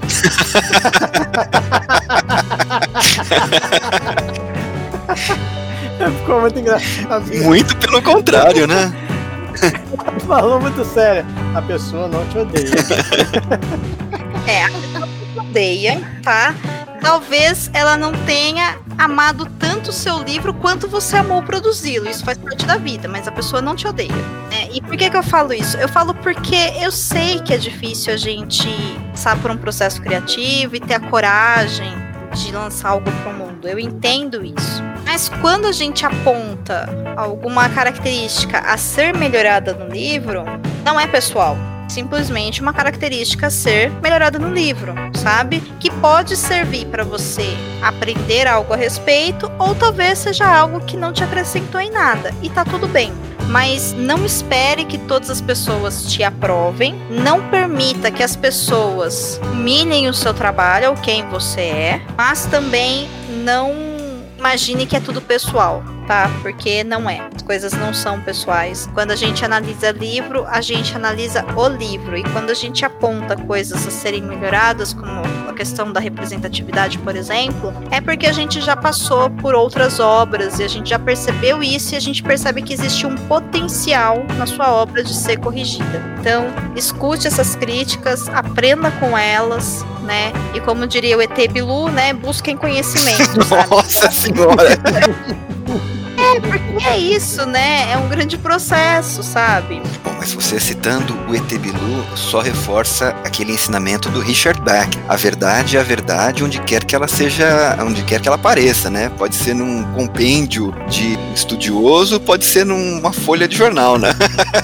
Ficou muito engraçado. Muito pelo contrário, né? Falou muito sério. A pessoa não te odeia. É, a pessoa não te odeia, tá? Talvez ela não tenha amado tanto o seu livro quanto você amou produzi-lo. Isso faz parte da vida, mas a pessoa não te odeia. É, e por que que eu falo isso? Eu falo porque eu sei que é difícil a gente passar por um processo criativo e ter a coragem de lançar algo pro mundo. Eu entendo isso. Mas quando a gente aponta alguma característica a ser melhorada no livro, não é pessoal. Simplesmente uma característica a ser melhorada no livro, sabe? Que pode servir para você aprender algo a respeito, ou talvez seja algo que não te acrescentou em nada. E tá tudo bem. Mas não espere que todas as pessoas te aprovem. Não permita que as pessoas humilhem o seu trabalho ou quem você é. Mas também não imagine que é tudo pessoal, tá? Porque não é. As coisas não são pessoais. Quando a gente analisa livro, a gente analisa o livro. E quando a gente aponta coisas a serem melhoradas, como a questão da representatividade, por exemplo, é porque a gente já passou por outras obras e a gente já percebeu isso e a gente percebe que existe um potencial na sua obra de ser corrigida. Então, escute essas críticas, aprenda com elas, né? E como diria o E T Bilu, né? Busquem conhecimento, sabe? Nossa senhora! É, porque é isso, né? É um grande processo, sabe? Bom, mas você citando o E T Bilu só reforça aquele ensinamento do Richard Bach. A verdade é a verdade onde quer que ela seja, onde quer que ela apareça, né? Pode ser num compêndio de estudioso, pode ser numa folha de jornal, né?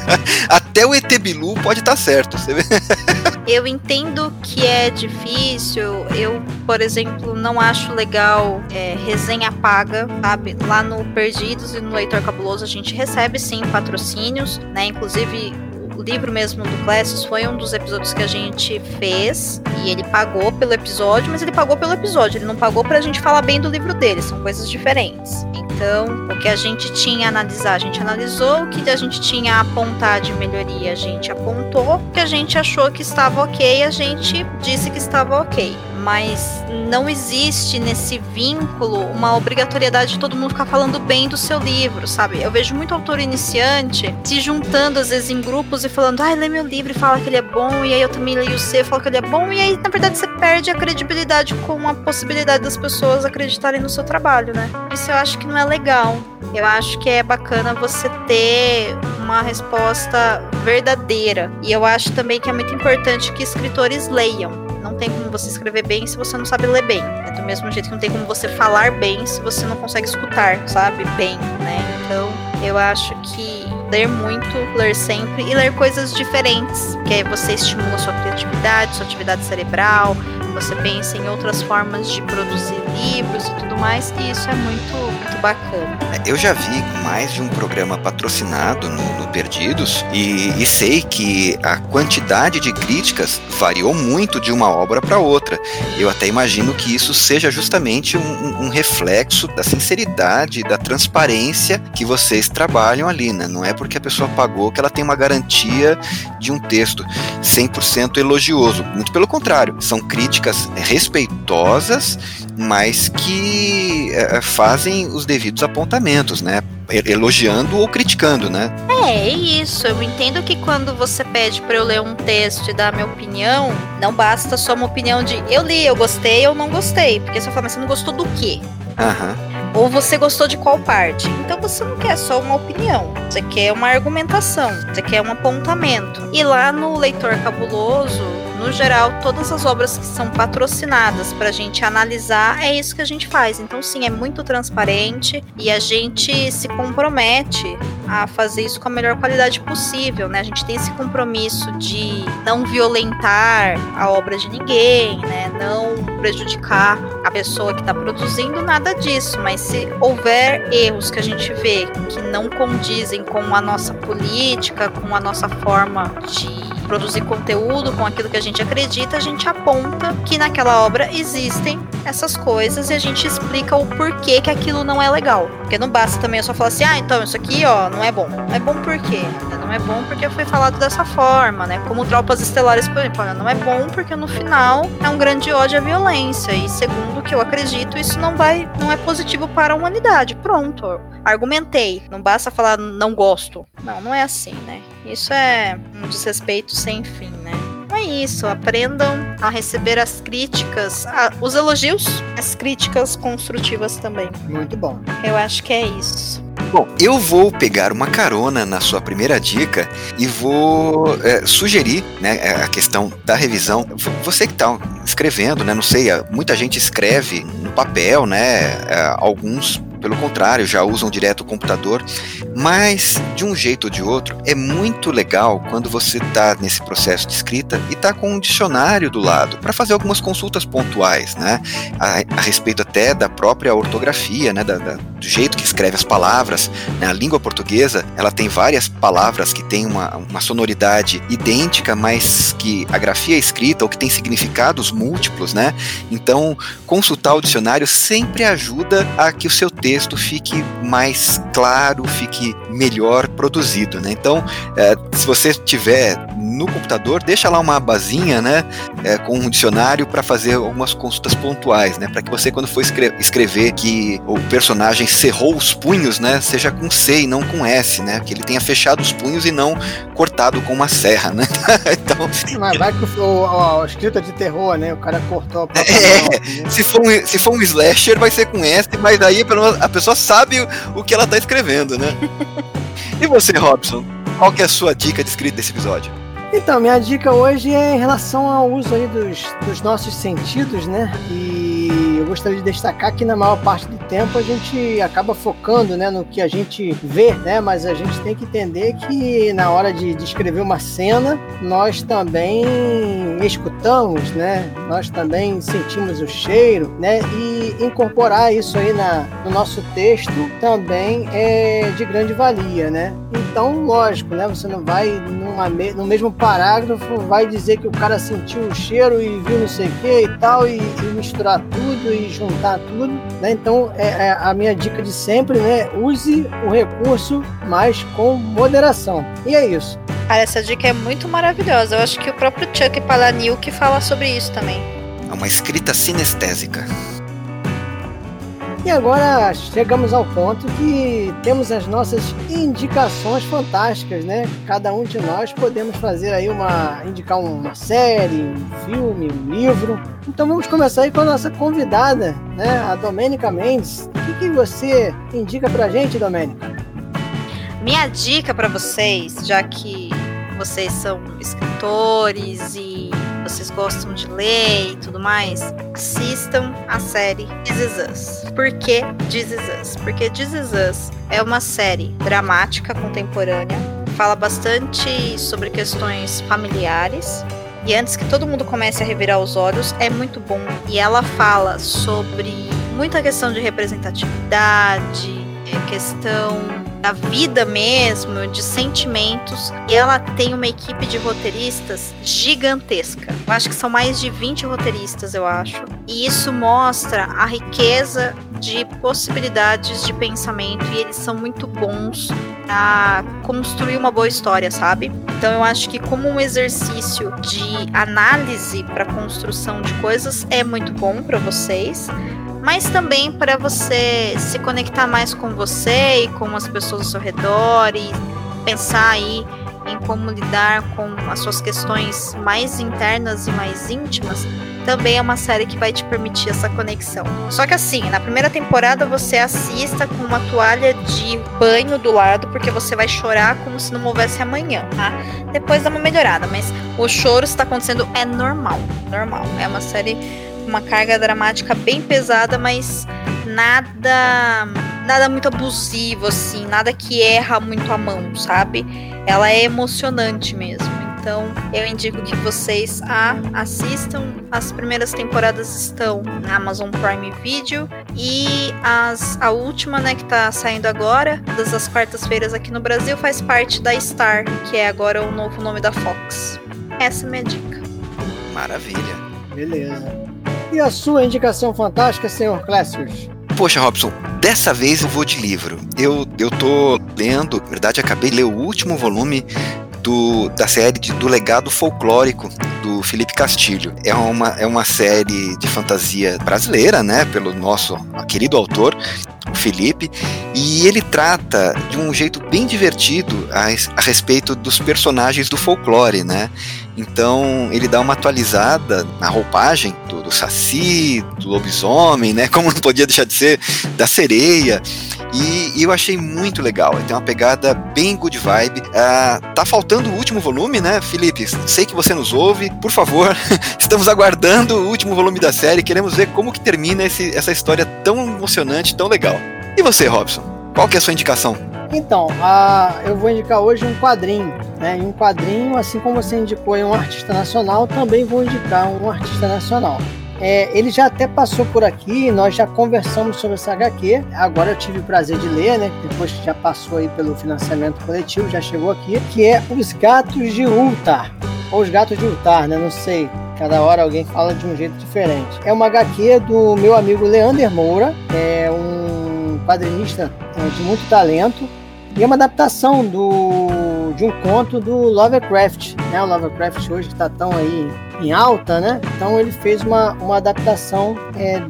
Até o E T Bilu pode estar certo, você vê? Eu entendo que é difícil, eu, por exemplo, não acho legal é, resenha paga, sabe? Lá no Perdidos e no Leitor Cabuloso a gente recebe sim patrocínios, né? Inclusive o livro mesmo do Classes foi um dos episódios que a gente fez e ele pagou pelo episódio, mas ele pagou pelo episódio, ele não pagou pra gente falar bem do livro dele, são coisas diferentes. Então, o que a gente tinha a analisar, a gente analisou, o que a gente tinha a apontar de melhoria, a gente apontou, o que a gente achou que estava ok, a gente disse que estava ok. Mas não existe nesse vínculo uma obrigatoriedade de todo mundo ficar falando bem do seu livro, sabe? Eu vejo muito autor iniciante se juntando às vezes em grupos e falando, ai, lê meu livro e fala que ele é bom, e aí eu também leio o seu e falo que ele é bom, e aí na verdade você perde a credibilidade com a possibilidade das pessoas acreditarem no seu trabalho, né? Isso eu acho que não é legal. Eu acho que é bacana você ter uma resposta verdadeira. E eu acho também que é muito importante que escritores leiam. Não tem como você escrever bem se você não sabe ler bem. É do mesmo jeito que não tem como você falar bem se você não consegue escutar, sabe? Bem, né? Então, eu acho que ler muito, ler sempre e ler coisas diferentes, que aí você estimula a sua criatividade, sua atividade cerebral, você pensa em outras formas de produzir livros e tudo mais, e isso é muito, muito bacana. Eu já vi mais de um programa patrocinado no, no Perdidos e, e sei que a quantidade de críticas variou muito de uma obra para outra. Eu até imagino que isso seja justamente um, um reflexo da sinceridade, da transparência que vocês trabalham ali, né? Não é porque a pessoa pagou que ela tem uma garantia de um texto cem por cento elogioso. Muito pelo contrário, são críticas críticas respeitosas, mas que é, fazem os devidos apontamentos, né? Elogiando ou criticando, né? É, é isso. Eu entendo que quando você pede pra eu ler um texto e dar a minha opinião, não basta só uma opinião de eu li, eu gostei ou não gostei. Porque você fala, mas você não gostou do quê? Aham. Ou você gostou de qual parte? Então você não quer só uma opinião, você quer uma argumentação, você quer um apontamento. E lá no Leitor Cabuloso, no geral, todas as obras que são patrocinadas pra gente analisar, é isso que a gente faz. Então sim, é muito transparente e a gente se compromete a fazer isso com a melhor qualidade possível, né? A gente tem esse compromisso de não violentar a obra de ninguém, né? Não prejudicar a pessoa que está produzindo, nada disso. Mas se houver erros que a gente vê que não condizem com a nossa política, com a nossa forma de produzir conteúdo, com aquilo que a gente acredita, a gente aponta que naquela obra existem essas coisas e a gente explica o porquê que aquilo não é legal. Porque não basta também eu só falar assim, ah, então isso aqui, ó, não é bom. Não é bom por quê? Não é bom porque foi falado dessa forma, né? Como Tropas Estelares, por exemplo, não é bom porque no final é um grande ódio à violência e segundo o que eu acredito, isso não vai, não é positivo para a humanidade. Pronto, argumentei. Não basta falar não gosto. Não, não é assim, né? Isso é um desrespeito sem fim, né? É isso, aprendam a receber as críticas, a, os elogios, as críticas construtivas também. Muito bom. Eu acho que é isso. Bom, eu vou pegar uma carona na sua primeira dica e vou é, sugerir, né, a questão da revisão. Você que está escrevendo, né, não sei, muita gente escreve no papel, né, alguns pelo contrário, já usam direto o computador, mas de um jeito ou de outro, é muito legal quando você está nesse processo de escrita e está com um dicionário do lado, para fazer algumas consultas pontuais, né, a, a respeito até da própria ortografia, né, da, da, do jeito que escreve as palavras, né, a língua portuguesa, ela tem várias palavras que têm uma, uma sonoridade idêntica, mas que a grafia é escrita ou que tem significados múltiplos, né, então consultar o dicionário sempre ajuda a que o seu texto texto fique mais claro, fique melhor produzido, né? Então, é, se você tiver no computador, deixa lá uma abazinha, né, é, com um dicionário para fazer algumas consultas pontuais, né, para que você, quando for escre- escrever que o personagem cerrou os punhos, né, seja com C e não com S, né, que ele tenha fechado os punhos e não cortado com uma serra, né? Então, mas vai que o, o, o escrita de terror, né, o cara cortou a própria é, mão, né? se for um, se for um slasher vai ser com S, mas daí pelo menos a pessoa sabe o, o que ela tá escrevendo, né? E você, Robson, qual que é a sua dica de escrita desse episódio? Então, minha dica hoje é em relação ao uso aí dos, dos nossos sentidos, né? E eu gostaria de destacar que na maior parte do tempo a gente acaba focando, né, no que a gente vê, né? Mas a gente tem que entender que na hora de descrever uma cena, nós também escutamos, né? Nós também sentimos o cheiro, né? E incorporar isso aí na, no nosso texto também é de grande valia, né? Então, lógico, né? Você não vai numa, no mesmo parágrafo vai dizer que o cara sentiu o cheiro e viu não sei o que e tal, e, e misturar tudo e juntar tudo, né? Então, é, é a minha dica de sempre, né? Use o recurso, mas com moderação. E é isso. Cara, essa dica é muito maravilhosa. Eu acho que o próprio Chuck Palahniuk fala sobre isso também. É uma escrita sinestésica. E agora chegamos ao ponto que temos as nossas indicações fantásticas, né? Cada um de nós podemos fazer aí uma, indicar uma série, um filme, um livro. Então vamos começar aí com a nossa convidada, né? A Domênica Mendes. O que, que você indica pra gente, Domênica? Minha dica pra vocês, já que vocês são escritores e vocês gostam de ler e tudo mais, assistam a série This Is Us. Por que This Is Us? Porque This Is Us é uma série dramática contemporânea, fala bastante sobre questões familiares, e antes que todo mundo comece a revirar os olhos, é muito bom. E ela fala sobre muita questão de representatividade, questão da vida mesmo, de sentimentos, e ela tem uma equipe de roteiristas gigantesca. Eu acho que são mais de vinte roteiristas, eu acho. E isso mostra a riqueza de possibilidades de pensamento, e eles são muito bons a construir uma boa história, sabe? Então eu acho que como um exercício de análise para construção de coisas é muito bom para vocês, mas também para você se conectar mais com você e com as pessoas ao seu redor e pensar aí em como lidar com as suas questões mais internas e mais íntimas. Também é uma série que vai te permitir essa conexão. Só que assim, na primeira temporada você assista com uma toalha de banho do lado, porque você vai chorar como se não houvesse amanhã, tá? Depois dá uma melhorada, mas o choro que está acontecendo é normal, normal. É uma série com uma carga dramática bem pesada, mas nada, nada muito abusivo, assim, nada que erra muito a mão, sabe? Ela é emocionante mesmo. Então, eu indico que vocês a assistam. As primeiras temporadas estão na Amazon Prime Video e as, a última, né, que tá saindo agora, das as quartas-feiras aqui no Brasil, faz parte da Star, que é agora o novo nome da Fox. Essa é a minha dica. Maravilha. Beleza. E a sua indicação fantástica, senhor Clécius? Poxa, Robson, dessa vez eu vou de livro. Eu, eu tô lendo, na verdade, acabei de ler o último volume Do, da série de, do Legado Folclórico do Felipe Castilho. É uma, é uma série de fantasia brasileira, né, pelo nosso querido autor, o Felipe, e ele trata de um jeito bem divertido a, a respeito dos personagens do folclore, né? Então ele dá uma atualizada na roupagem do, do Saci, do lobisomem, né? Como não podia deixar de ser, da sereia. E, e eu achei muito legal. Tem uma pegada bem good vibe. Uh, tá faltando o último volume, né, Felipe? Sei que você nos ouve. Por favor, estamos aguardando o último volume da série. Queremos ver como que termina esse, essa história tão emocionante, tão legal. E você, Robson? Qual que é a sua indicação? Então, a, eu vou indicar hoje um quadrinho, né? E um quadrinho, assim como você indicou em um artista nacional, também vou indicar um artista nacional. É, ele já até passou por aqui, nós já conversamos sobre essa agá quê. Agora eu tive o prazer de ler, né? Depois que já passou aí pelo financiamento coletivo, já chegou aqui, que é Os Gatos de Ulthar. Ou Os Gatos de Ulthar, né? Não sei. Cada hora alguém fala de um jeito diferente. É uma agá quê do meu amigo Leander Moura, é um quadrinista de muito talento. E é uma adaptação do, de um conto do Lovecraft, né? O Lovecraft hoje está tão aí em alta, né? Então ele fez uma, uma adaptação é,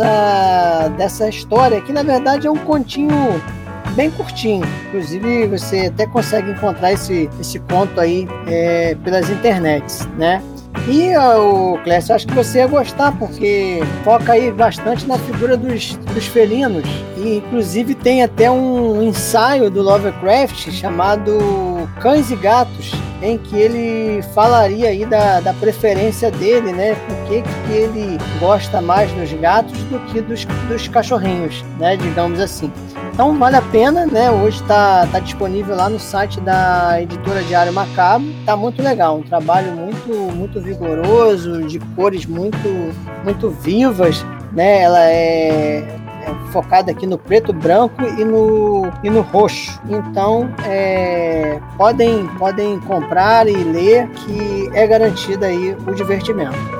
dessa, dessa história, que na verdade é um continho bem curtinho. Inclusive você até consegue encontrar esse, esse conto aí é, pelas internets, né? E o Clécio, acho que você ia gostar, porque foca aí bastante na figura dos, dos felinos. E inclusive tem até um ensaio do Lovecraft chamado Cães e Gatos, em que ele falaria aí da, da preferência dele, né? Por que que ele gosta mais dos gatos do que dos, dos cachorrinhos, né? Digamos assim. Então vale a pena, né? Hoje está tá disponível lá no site da editora Diário Macabro. Tá muito legal, um trabalho muito, muito vigoroso, de cores muito, muito vivas, né? Ela é, é focada aqui no preto, branco e no, e no roxo. Então é, podem, podem comprar e ler, que é garantido aí o divertimento.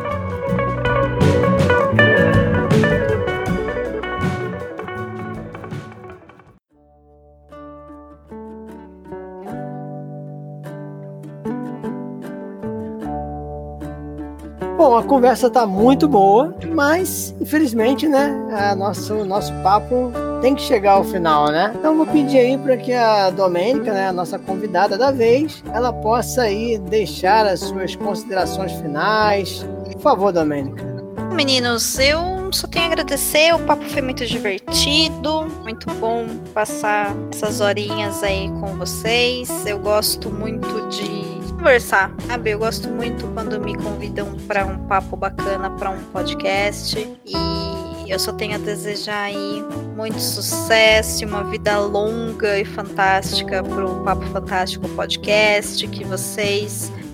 Bom, a conversa tá muito boa, mas infelizmente, né, a nosso, o nosso papo tem que chegar ao final, né? Então vou pedir aí para que a Domênica, né, a nossa convidada da vez, ela possa aí deixar as suas considerações finais. Por favor, Domênica. Meninos, eu só tenho a agradecer, o papo foi muito divertido, muito bom passar essas horinhas aí com vocês. Eu gosto muito de conversar, sabe? Eu gosto muito quando me convidam para um papo bacana, para um podcast, e eu só tenho a desejar aí muito sucesso, uma vida longa e fantástica para o Papo Fantástico Podcast, que vocês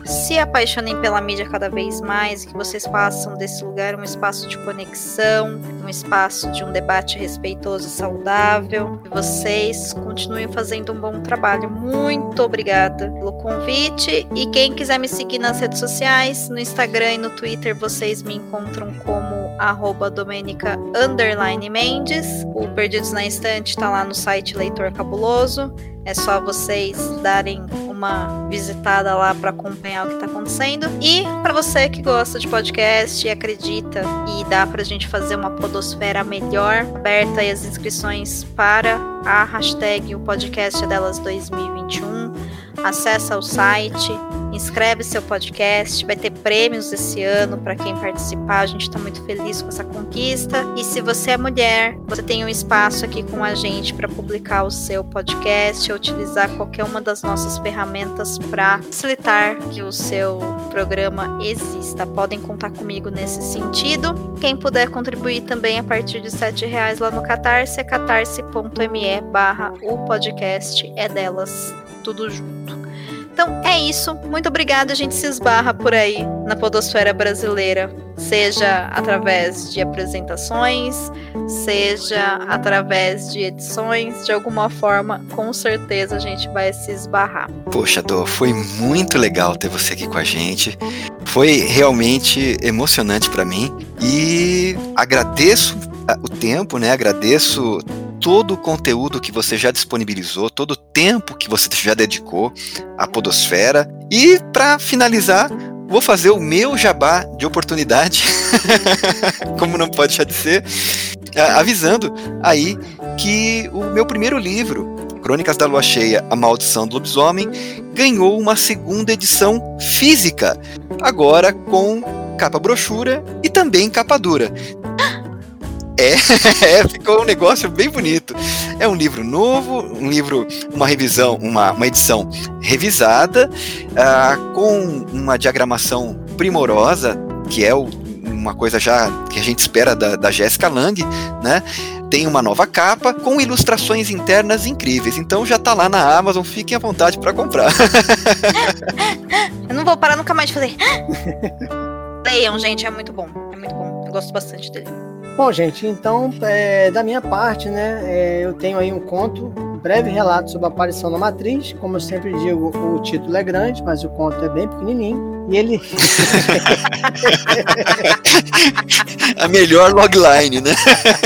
se apaixonem pela mídia cada vez mais, que vocês façam desse lugar um espaço de conexão, um espaço de um debate respeitoso e saudável. E vocês continuem fazendo um bom trabalho. Muito obrigada pelo convite. E quem quiser me seguir nas redes sociais, no Instagram e no Twitter, vocês me encontram como arroba Domenica underline Mendes. O Perdidos na Estante está lá no site Leitor Cabuloso. É só vocês darem uma visitada lá para acompanhar o que está acontecendo. E para você que gosta de podcast e acredita e dá para a gente fazer uma podosfera melhor, aberta aí as inscrições para a hashtag O Podcast é Delas dois mil e vinte e um. Acessa o site, inscreve seu podcast, vai ter prêmios esse ano para quem participar, a gente está muito feliz com essa conquista. E se você é mulher, você tem um espaço aqui com a gente para publicar o seu podcast ou utilizar qualquer uma das nossas ferramentas para facilitar que o seu programa exista. Podem contar comigo nesse sentido. Quem puder contribuir também a partir de sete reais lá no Catarse, é catarse.me barra o podcast é delas, tudo junto. Então é isso, muito obrigada, a gente se esbarra por aí na podosfera brasileira, seja através de apresentações, seja através de edições, de alguma forma, com certeza a gente vai se esbarrar. Poxa, Dô, foi muito legal ter você aqui com a gente, foi realmente emocionante para mim e agradeço o tempo, né, agradeço todo o conteúdo que você já disponibilizou, todo o tempo que você já dedicou à podosfera. E para finalizar, vou fazer o meu jabá de oportunidade, como não pode deixar de ser, avisando aí que o meu primeiro livro, Crônicas da Lua Cheia, A Maldição do Lobisomem, ganhou uma segunda edição física, agora com capa brochura e também capa dura. É, é, ficou um negócio bem bonito. É um livro novo, um livro, uma revisão, uma, uma edição revisada, uh, com uma diagramação primorosa, que é o, uma coisa já que a gente espera da, da Jéssica Lang, né? Tem uma nova capa com ilustrações internas incríveis. Então já tá lá na Amazon, fiquem à vontade para comprar. Eu não vou parar nunca mais de fazer. Leiam, gente, é muito bom. É muito bom. Eu gosto bastante dele. Bom, gente, então, é, da minha parte, né, é, eu tenho aí um conto, um breve relato sobre a aparição da Matriz. Como eu sempre digo, o título é grande, mas o conto é bem pequenininho. E ele... A melhor logline, né?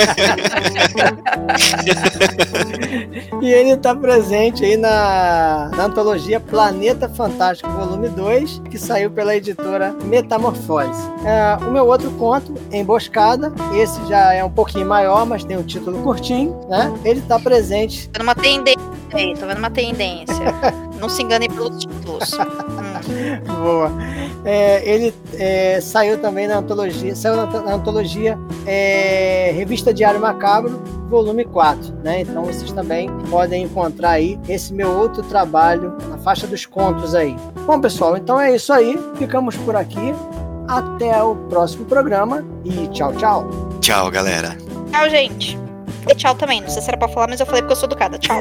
E ele está presente aí na, na antologia Planeta Fantástico, volume dois, que saiu pela editora Metamorfose. É, o meu outro conto, Emboscada, esse já é um pouquinho maior, mas tem um título curtinho, né? Ele está presente... Tô vendo uma tendência aí, tô vendo uma tendência. Não se engane pelos títulos. hum. Boa. É, ele é, saiu também na antologia, saiu na, na antologia é, Revista Diário Macabro, volume quatro, né? Então vocês também podem encontrar aí esse meu outro trabalho na faixa dos contos aí. Bom, pessoal, então é isso aí. Ficamos por aqui. Até o próximo programa e tchau, tchau. Tchau, galera. Tchau, gente. E tchau também. Não sei se era pra falar, mas eu falei porque eu sou educada. Tchau.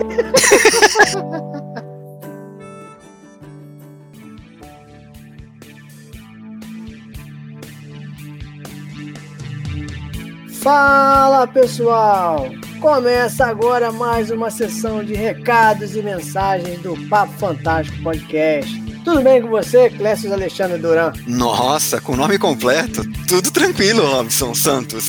Fala, pessoal! Começa agora mais uma sessão de recados e mensagens do Papo Fantástico Podcast. Tudo bem com você, Clécio Alexandre Duran? Nossa, com o nome completo, tudo tranquilo, Robson Santos.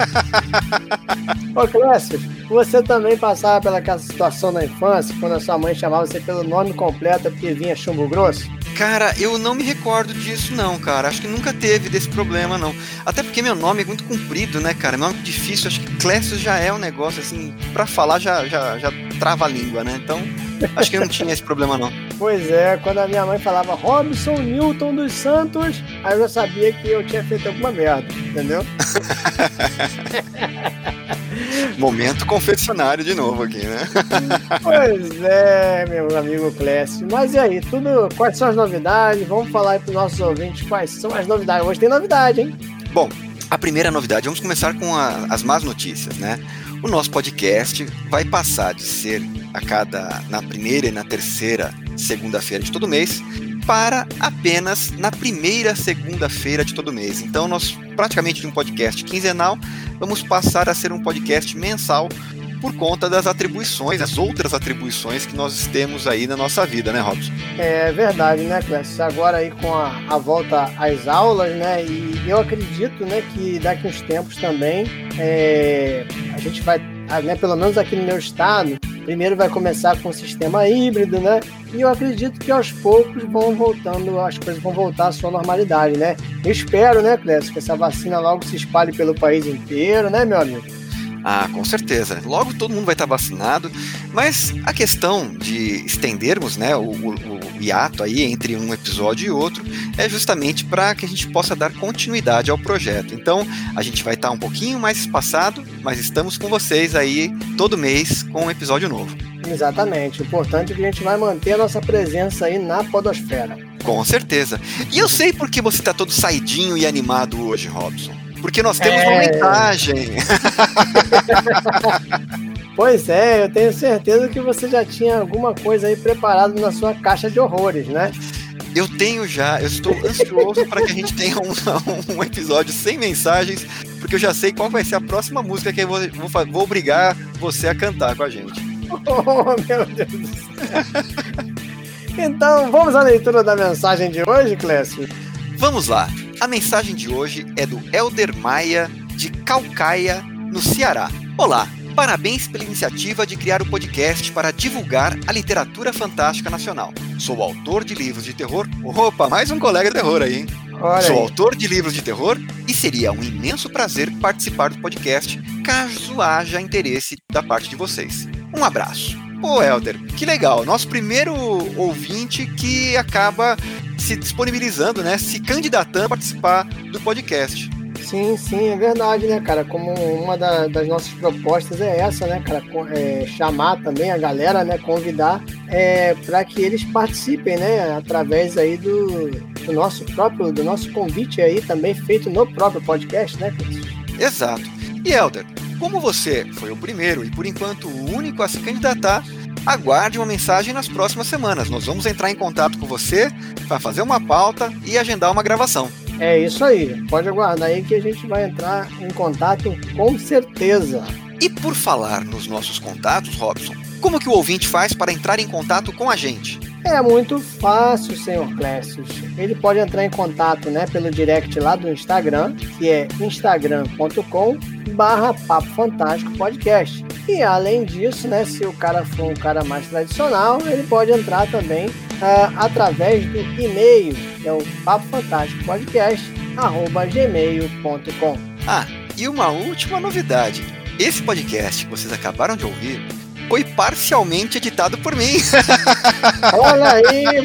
Ô, Clécio, você também passava pelaquela situação na infância, quando a sua mãe chamava você pelo nome completo porque vinha chumbo grosso? Cara, eu não me recordo disso não, cara. Acho que nunca teve desse problema, não. Até porque meu nome é muito comprido, né, cara? Meu nome é difícil. Acho que Clécio já é um negócio, assim, pra falar já, já, já trava a língua, né? Então, acho que eu não tinha esse problema, não. Pois é, quando a minha mãe falava Robson Newton dos Santos, aí eu já sabia que eu tinha feito alguma merda, entendeu? Momento confessionário de novo aqui, né? Pois é, meu amigo Clécio. Mas e aí, tudo, quais são as novidades? Vamos falar aí para os nossos ouvintes quais são as novidades. Hoje tem novidade, hein? Bom, a primeira novidade, vamos começar com a, as más notícias, né? O nosso podcast vai passar de ser a cada, na primeira e na terceira segunda-feira de todo mês, para apenas na primeira segunda-feira de todo mês. Então, nós, praticamente de um podcast quinzenal, vamos passar a ser um podcast mensal por conta das atribuições, as outras atribuições que nós temos aí na nossa vida, né, Robson? É verdade, né, Clécio? Agora aí com a, a volta às aulas, né, e eu acredito, né, que daqui uns tempos também é, a gente vai, né, pelo menos aqui no meu estado, primeiro vai começar com o sistema híbrido, né, e eu acredito que aos poucos vão voltando, as coisas vão voltar à sua normalidade, né? Eu espero, né, Clécio, que essa vacina logo se espalhe pelo país inteiro, né, meu amigo? Ah, com certeza. Logo todo mundo vai estar vacinado, mas a questão de estendermos, né, o, o, o hiato aí entre um episódio e outro é justamente para que a gente possa dar continuidade ao projeto. Então, a gente vai estar um pouquinho mais espaçado, mas estamos com vocês aí todo mês com um episódio novo. Exatamente. O importante é que a gente vai manter a nossa presença aí na podosfera. Com certeza. E eu sei por que você está todo saidinho e animado hoje, Robson. Porque nós temos é... uma mensagem. Pois é, eu tenho certeza que você já tinha alguma coisa aí preparado na sua caixa de horrores, né? Eu tenho já, eu estou ansioso para que a gente tenha um, um episódio sem mensagens, porque eu já sei qual vai ser a próxima música que eu vou, vou, vou obrigar você a cantar com a gente. Oh, meu Deus do céu. Então, vamos à leitura da mensagem de hoje, Clécio? Vamos lá. A mensagem de hoje é do Helder Maia, de Caucaia, no Ceará. Olá, parabéns pela iniciativa de criar o podcast para divulgar a literatura fantástica nacional. Sou autor de livros de terror. Opa, mais um colega de terror aí, hein? Olha Sou aí. autor de livros de terror e seria um imenso prazer participar do podcast, caso haja interesse da parte de vocês. Um abraço. Pô, Helder, que legal. Nosso primeiro ouvinte que acaba se disponibilizando, né? Se candidatando a participar do podcast. Sim, sim, é verdade, né, cara? Como uma da, das nossas propostas é essa, né, cara? É, chamar também a galera, né? Convidar é, para que eles participem, né? Através aí do, do nosso próprio, do nosso convite aí também feito no próprio podcast, né, Cris? Exato. E Helder, como você foi o primeiro e por enquanto o único a se candidatar, aguarde uma mensagem nas próximas semanas. Nós vamos entrar em contato com você para fazer uma pauta e agendar uma gravação. É isso aí. Pode aguardar aí que a gente vai entrar em contato com certeza. E por falar nos nossos contatos, Robson, como que o ouvinte faz para entrar em contato com a gente? É muito fácil, senhor Clécio. Ele pode entrar em contato, né, pelo direct lá do Instagram, que é instagram ponto com barra Papo Fantástico Podcast. E além disso, né, se o cara for um cara mais tradicional, ele pode entrar também uh, através do e-mail, que é o papo fantástico podcast arroba gmail ponto com. Ah, e uma última novidade. Esse podcast que vocês acabaram de ouvir foi parcialmente editado por mim. Olha aí,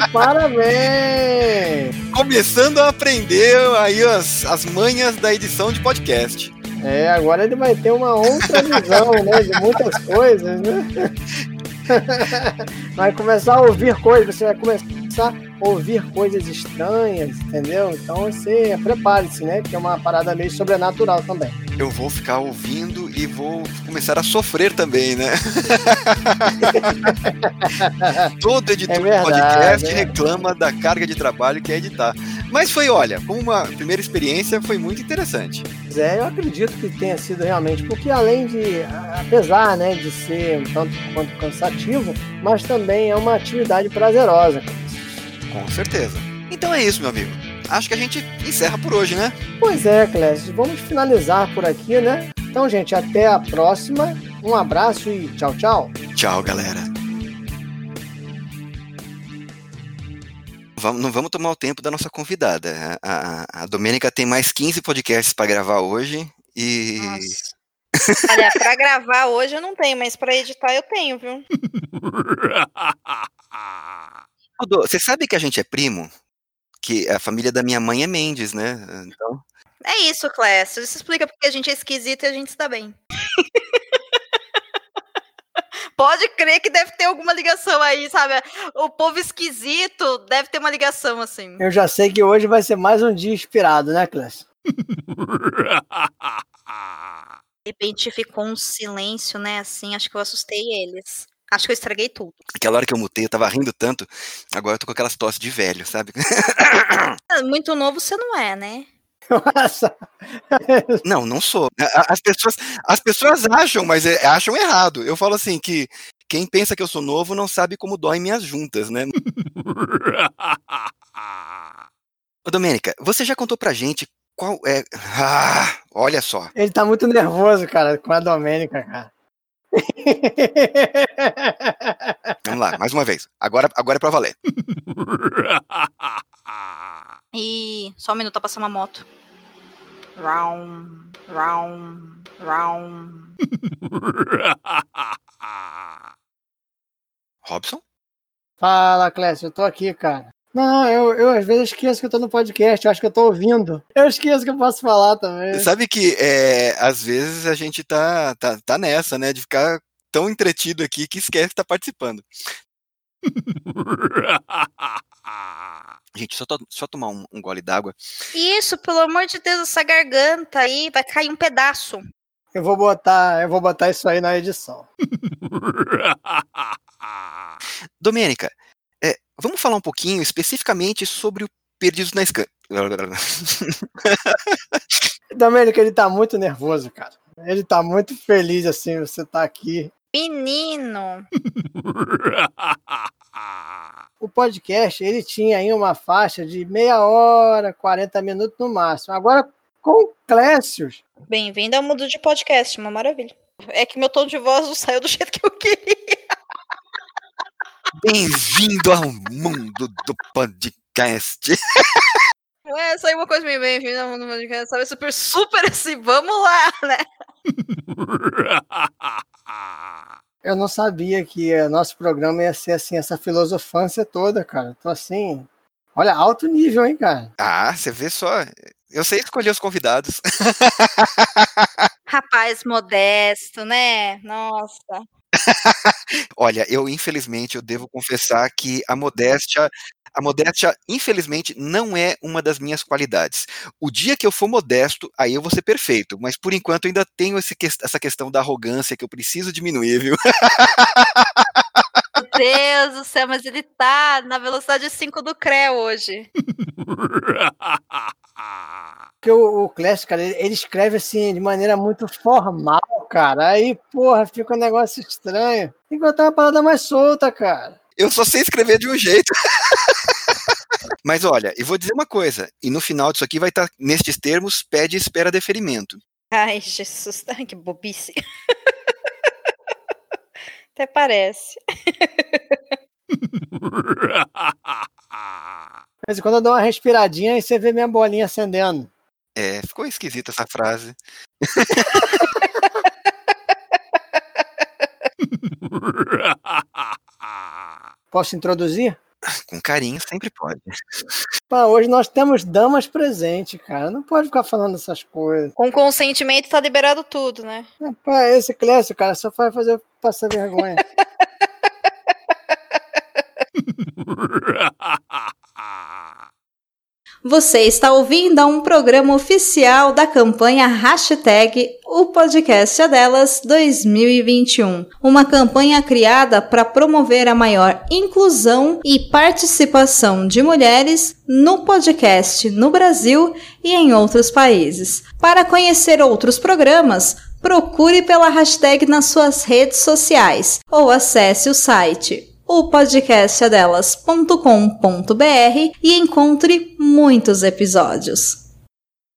parabéns! Começando a aprender aí as, as manhas da edição de podcast. É, agora ele vai ter uma outra visão, né, de muitas coisas, né? Vai começar a ouvir coisas, você vai começar a ouvir coisas estranhas, entendeu? Então você prepare-se, né, que é uma parada meio sobrenatural também. Eu vou ficar ouvindo e vou começar a sofrer também, né? Todo editor é verdade, de podcast é. reclama da carga de trabalho que é editar. Mas foi, olha, como uma primeira experiência, foi muito interessante. É, eu acredito que tenha sido realmente, porque além de, apesar, né, de ser um tanto quanto cansativo, mas também é uma atividade prazerosa. Com certeza. Então é isso, meu amigo. Acho que a gente encerra por hoje, né? Pois é, Clécio. Vamos finalizar por aqui, né? Então, gente, até a próxima. Um abraço e tchau, tchau. Tchau, galera. Vamos, não vamos tomar o tempo da nossa convidada. A, a, a Domênica tem mais quinze podcasts para gravar hoje e... Nossa. Olha, para gravar hoje eu não tenho, mas para editar eu tenho, viu? Você sabe que a gente é primo? Que a família da minha mãe é Mendes, né? Então... É isso, Clécio. Isso explica porque a gente é esquisito e a gente está bem. Pode crer que deve ter alguma ligação aí, sabe? O povo esquisito deve ter uma ligação, assim. Eu já sei que hoje vai ser mais um dia inspirado, né, Clécio? De repente ficou um silêncio, né? Assim, acho que eu assustei eles. Acho que eu estraguei tudo. Aquela hora que eu mutei, eu tava rindo tanto, agora eu tô com aquelas tosse de velho, sabe? Muito novo você não é, né? Nossa. Não, não sou. As pessoas, as pessoas acham, mas acham errado. Eu falo assim, que quem pensa que eu sou novo não sabe como doem minhas juntas, né? Ô, Domênica, você já contou pra gente qual é... Ah, olha só. Ele tá muito nervoso, cara, com a Domênica, cara. Vamos lá, mais uma vez. Agora, agora é pra valer. E só um minuto, tá passando uma moto. Round, round, round. Robson? Fala, Clécio, eu tô aqui, cara. Não, eu, eu às vezes esqueço que eu tô no podcast, eu acho que eu tô ouvindo. Eu esqueço que eu posso falar também. Sabe que, é, às vezes, a gente tá, tá, tá nessa, né, de ficar tão entretido aqui que esquece que tá participando. Gente, só, to, só tomar um, um gole d'água. Isso, pelo amor de Deus, essa garganta aí vai cair um pedaço. Eu vou botar, eu vou botar isso aí na edição. Domênica, é, vamos falar um pouquinho especificamente sobre o Perdidos na Scan. Domênica, ele tá muito nervoso, cara. Ele tá muito feliz, assim, você tá aqui. Menino! O podcast, ele tinha aí uma faixa de meia hora, quarenta minutos no máximo. Agora, com o Clécio... Bem-vindo ao mundo de podcast, uma maravilha. É que meu tom de voz não saiu do jeito que eu queria. Bem-vindo ao mundo do podcast. É, saiu uma coisa meio bem-vindo ao mundo do podcast, sabe? Super, super assim, vamos lá, né? Eu não sabia que o nosso programa ia ser assim, essa filosofância toda, cara. Tô assim, olha, alto nível, hein, cara? Ah, você vê só. Eu sei escolher os convidados. Rapaz modesto, né? Nossa. Olha, eu infelizmente eu devo confessar que a modéstia, a modéstia infelizmente não é uma das minhas qualidades. O dia que eu for modesto, aí eu vou ser perfeito, mas por enquanto eu ainda tenho esse, essa questão da arrogância que eu preciso diminuir, viu? Meu Deus do céu, mas ele tá na velocidade cinco do C R E hoje. Porque o, o Clécio, cara, ele, ele escreve assim de maneira muito formal, cara. Aí, porra, fica um negócio estranho. Tem que botar uma parada mais solta, cara. Eu só sei escrever de um jeito. Mas olha, eu vou dizer uma coisa, e no final disso aqui vai estar nestes termos, pede e espera deferimento. Ai, Jesus, que bobice. Até parece. Mas quando eu dou uma respiradinha, aí você vê minha bolinha acendendo. É, ficou esquisita essa frase. Posso introduzir? Com carinho, sempre pode. Pá, hoje nós temos damas presentes, cara. Não pode ficar falando essas coisas. Com consentimento tá liberado tudo, né? Pá, esse Clécio, cara, só vai fazer eu passar vergonha. Você está ouvindo a um programa oficial da campanha hashtag O Podcast é Delas dois mil e vinte e um, uma campanha criada para promover a maior inclusão e participação de mulheres no podcast no Brasil e em outros países. Para conhecer outros programas, procure pela hashtag nas suas redes sociais ou acesse o site o podcast é delas ponto com ponto b r e encontre muitos episódios.